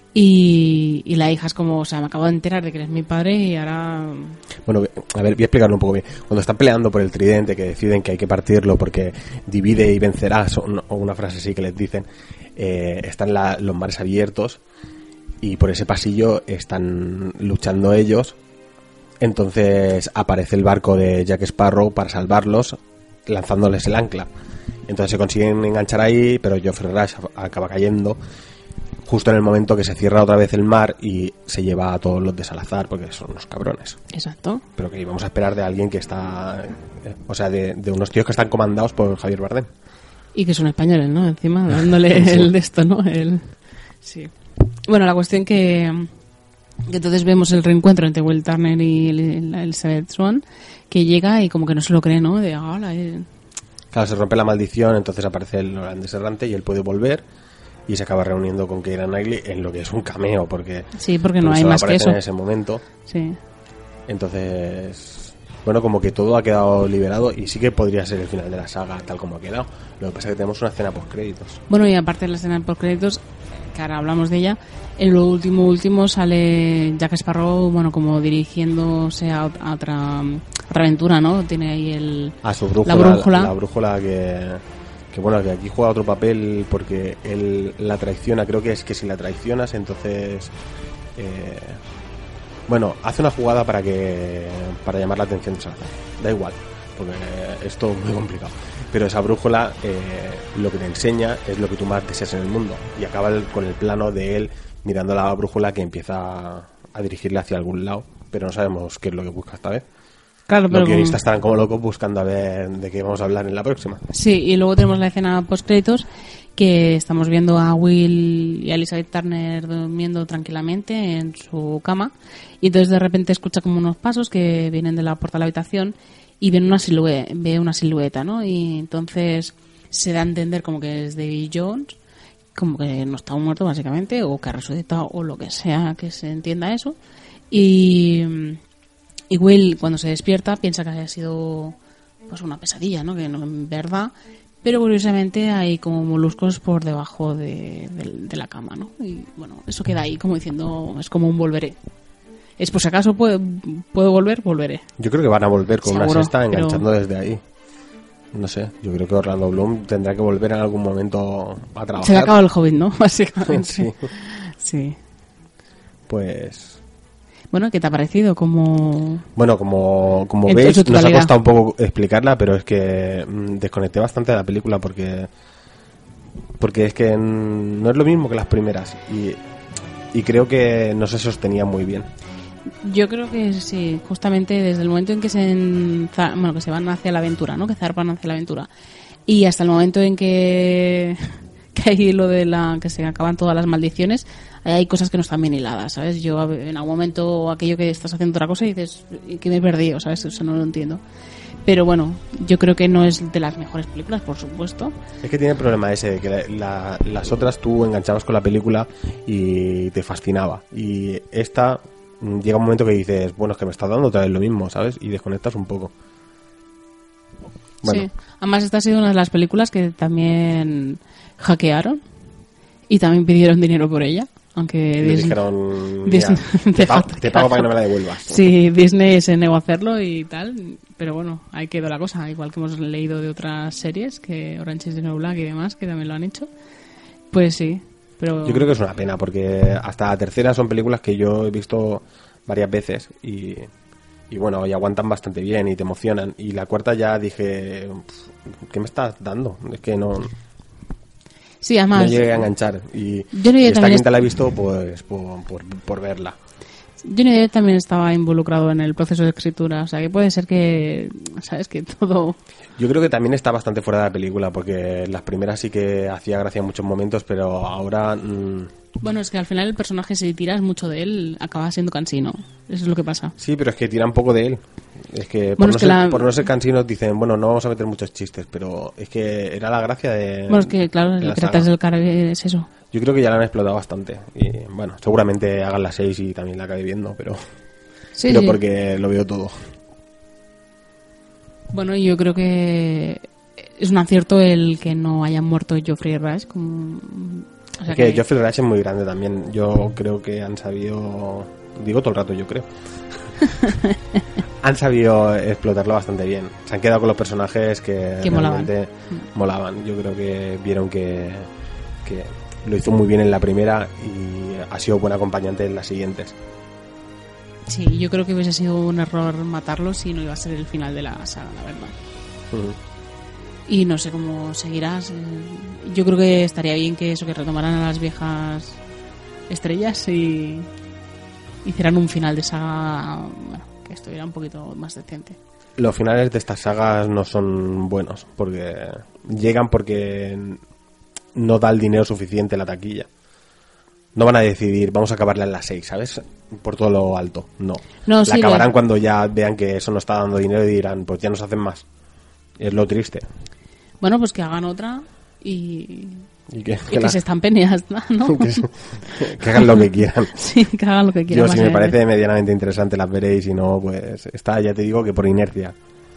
Y la hija es como, o sea, me acabo de enterar de que eres mi padre y ahora... Bueno, a ver, voy a explicarlo un poco bien. Cuando están peleando por el tridente, que deciden que hay que partirlo porque divide y vencerás, o una frase así que les dicen, están los mares abiertos y por ese pasillo están luchando ellos. Entonces aparece el barco de Jack Sparrow para salvarlos, lanzándoles el ancla. Entonces se consiguen enganchar ahí, pero Geoffrey Rush acaba cayendo justo en el momento que se cierra otra vez el mar y se lleva a todos los de Salazar, porque son unos cabrones. Exacto. Pero que íbamos a esperar de alguien que está... o sea, de unos tíos que están comandados por Javier Bardem. Y que son españoles, ¿no? Encima, dándole sí. el de esto, ¿no? Sí. Bueno, la cuestión que entonces vemos el reencuentro entre Will Turner y Elizabeth Swann, que llega y como que no se lo cree, ¿no? De, hola, Claro, se rompe la maldición, entonces aparece el holandés errante y él puede volver y se acaba reuniendo con Keira Knightley en lo que es un cameo, porque no hay más que eso en ese momento. Sí. Entonces, bueno, como que todo ha quedado liberado y sí que podría ser el final de la saga tal como ha quedado. Lo que pasa es que tenemos una escena post-créditos. Bueno, y aparte de la escena post-créditos, que ahora hablamos de ella, en lo último sale Jack Sparrow, bueno, como dirigiéndose a otra aventura, ¿no? Tiene ahí su brújula. La brújula que bueno, que aquí juega otro papel porque él la traiciona. Creo que es que si la traicionas, entonces bueno, hace una jugada para llamar la atención de Salazar. Da igual, porque es todo muy complicado. Pero esa brújula lo que te enseña es lo que tú más deseas en el mundo. Y acaba con el plano de él mirando la brújula que empieza a dirigirle hacia algún lado, pero no sabemos qué es lo que busca esta vez. Claro, los guionistas estarán como locos buscando a ver de qué vamos a hablar en la próxima. Sí, y luego tenemos la escena post-créditos, que estamos viendo a Will y a Elizabeth Turner durmiendo tranquilamente en su cama, y entonces de repente escucha como unos pasos que vienen de la puerta de la habitación y ve una silueta, ¿no? Y entonces se da a entender como que es Davy Jones, como que no está muerto básicamente, o que ha resucitado, o lo que sea, que se entienda eso. Y Will, cuando se despierta, piensa que haya sido pues una pesadilla, ¿no? Que no en verdad, pero curiosamente hay como moluscos por debajo de la cama, ¿no? Y bueno, eso queda ahí como diciendo, es como un volveré. es por si acaso puedo volver, volveré. Yo creo que van a volver con Seguro, una sexta enganchando pero... desde ahí. No sé, yo creo que Orlando Bloom tendrá que volver en algún momento a trabajar. Se le acaba el Hobbit, ¿no? Básicamente. Sí. Sí. Pues... Bueno, ¿qué te ha parecido? Bueno, como en veis, su nos ha totalidad. costado un poco explicarla, pero es que desconecté bastante de la película porque es que no es lo mismo que las primeras y creo que no se sostenía muy bien. Yo creo que sí, justamente desde el momento en que que se van hacia la aventura, ¿no? Que zarpan hacia la aventura. Y hasta el momento en que hay lo de que se acaban todas las maldiciones, hay cosas que no están bien hiladas, ¿sabes? Yo en algún momento aquello que estás haciendo otra cosa y dices que me he perdido, ¿sabes? Eso no lo entiendo. Pero bueno, yo creo que no es de las mejores películas, por supuesto. Es que tiene el problema ese de que las otras tú enganchabas con la película y te fascinaba. Y esta llega un momento que dices, bueno, es que me está dando otra vez lo mismo, ¿sabes? Y desconectas un poco. Bueno. Sí, además esta ha sido una de las películas que también hackearon y también pidieron dinero por ella. Aunque le dijeron, Disney te pago para que no me la devuelvas. Sí, Disney se negó a hacerlo y tal, pero bueno, ahí quedó la cosa. Igual que hemos leído de otras series, que Orange is the New Black y demás, que también lo han hecho. Pues sí, pero... Yo creo que es una pena, porque hasta la tercera son películas que yo he visto varias veces y bueno, y aguantan bastante bien y te emocionan. Y la cuarta ya dije, ¿qué me estás dando? Es que no... Sí, además... No llegué a enganchar. Y Johnny esta quinta la he visto pues por verla. Johnny Depp también estaba involucrado en el proceso de escritura, o sea que puede ser que, ¿sabes? Que todo... Yo creo que también está bastante fuera de la película, porque las primeras sí que hacía gracia en muchos momentos, pero ahora... Bueno, es que al final el personaje, si tiras mucho de él, acaba siendo cansino. Eso es lo que pasa. Sí, pero es que tiran poco de él. Es que, bueno, por no ser cansinos dicen, bueno, no vamos a meter muchos chistes, pero es que era la gracia de... Bueno, es que claro, el Piratas del Caribe es eso. Yo creo que ya la han explotado bastante. Y bueno, seguramente hagan las 6 y también la acabe viendo, pero... Sí, pero sí. porque lo veo todo. Bueno, yo creo que es un acierto el que no hayan muerto Geoffrey Rush. O sea es que Geoffrey Rush es muy grande también. Yo creo que han sabido... Digo todo el rato, yo creo. Han sabido explotarlo bastante bien. Se han quedado con los personajes que realmente molaban. Yo creo que vieron que lo hizo muy bien en la primera y ha sido buen acompañante en las siguientes. Sí, yo creo que hubiese sido un error matarlo si no iba a ser el final de la saga, la verdad. Y no sé cómo seguirás. Yo creo que estaría bien que retomaran a las viejas estrellas y hicieran un final de saga, bueno, que estuviera un poquito más decente. Los finales de estas sagas no son buenos, porque llegan porque no da el dinero suficiente la taquilla. No van a decidir, vamos a acabarla en las 6, ¿sabes? Por todo lo alto. No la sí, acabarán cuando ya vean que eso no está dando dinero y dirán, pues ya nos hacen más. Es lo triste. Bueno, pues que hagan otra y que se estampen y ya está, ¿no? que hagan lo que quieran. Sí, que hagan lo que quieran. Yo, si me parece medianamente interesante, las veréis, y no, pues está, ya te digo, que por inercia.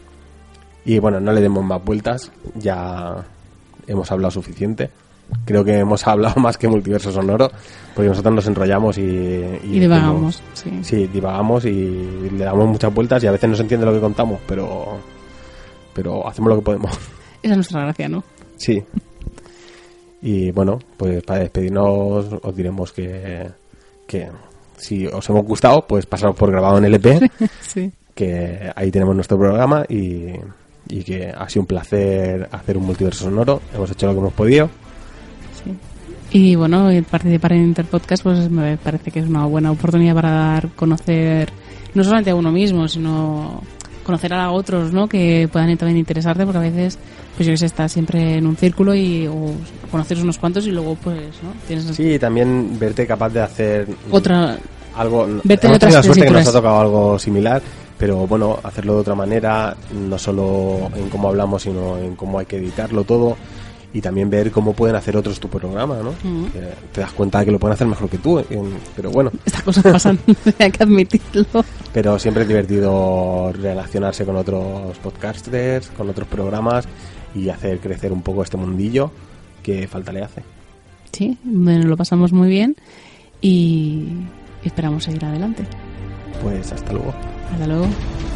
Y bueno, no le demos más vueltas, ya hemos hablado suficiente. Creo que hemos hablado más que Multiverso Sonoro, porque nosotros nos enrollamos y divagamos. Sí, divagamos y le damos muchas vueltas y a veces no se entiende lo que contamos, pero hacemos lo que podemos. Esa es nuestra gracia, ¿no? Sí. Y bueno, pues para despedirnos os diremos que si os hemos gustado, pues pasaros por Grabado en LP, sí. Que ahí tenemos nuestro programa y que ha sido un placer hacer un Multiverso Sonoro. Hemos hecho lo que hemos podido. Y bueno, participar en Interpodcast pues me parece que es una buena oportunidad para dar a conocer no solamente a uno mismo, sino conocer a otros, ¿no? Que puedan también interesarte, porque a veces, pues yo que sé, estás siempre en un círculo o conoces unos cuantos y luego pues, ¿no? Tienes... Sí, también verte capaz de hacer algo. Verte hemos tenido la suerte que tesitura. nos ha tocado algo similar, pero bueno, hacerlo de otra manera, no solo en cómo hablamos, sino en cómo hay que editarlo todo. Y también ver cómo pueden hacer otros tu programa, ¿no? Te das cuenta de que lo pueden hacer mejor que tú, pero bueno. Estas cosas pasan, hay que admitirlo. Pero siempre es divertido relacionarse con otros podcasters, con otros programas y hacer crecer un poco este mundillo que falta le hace. Sí, bueno, lo pasamos muy bien y esperamos seguir adelante. Pues hasta luego. Hasta luego.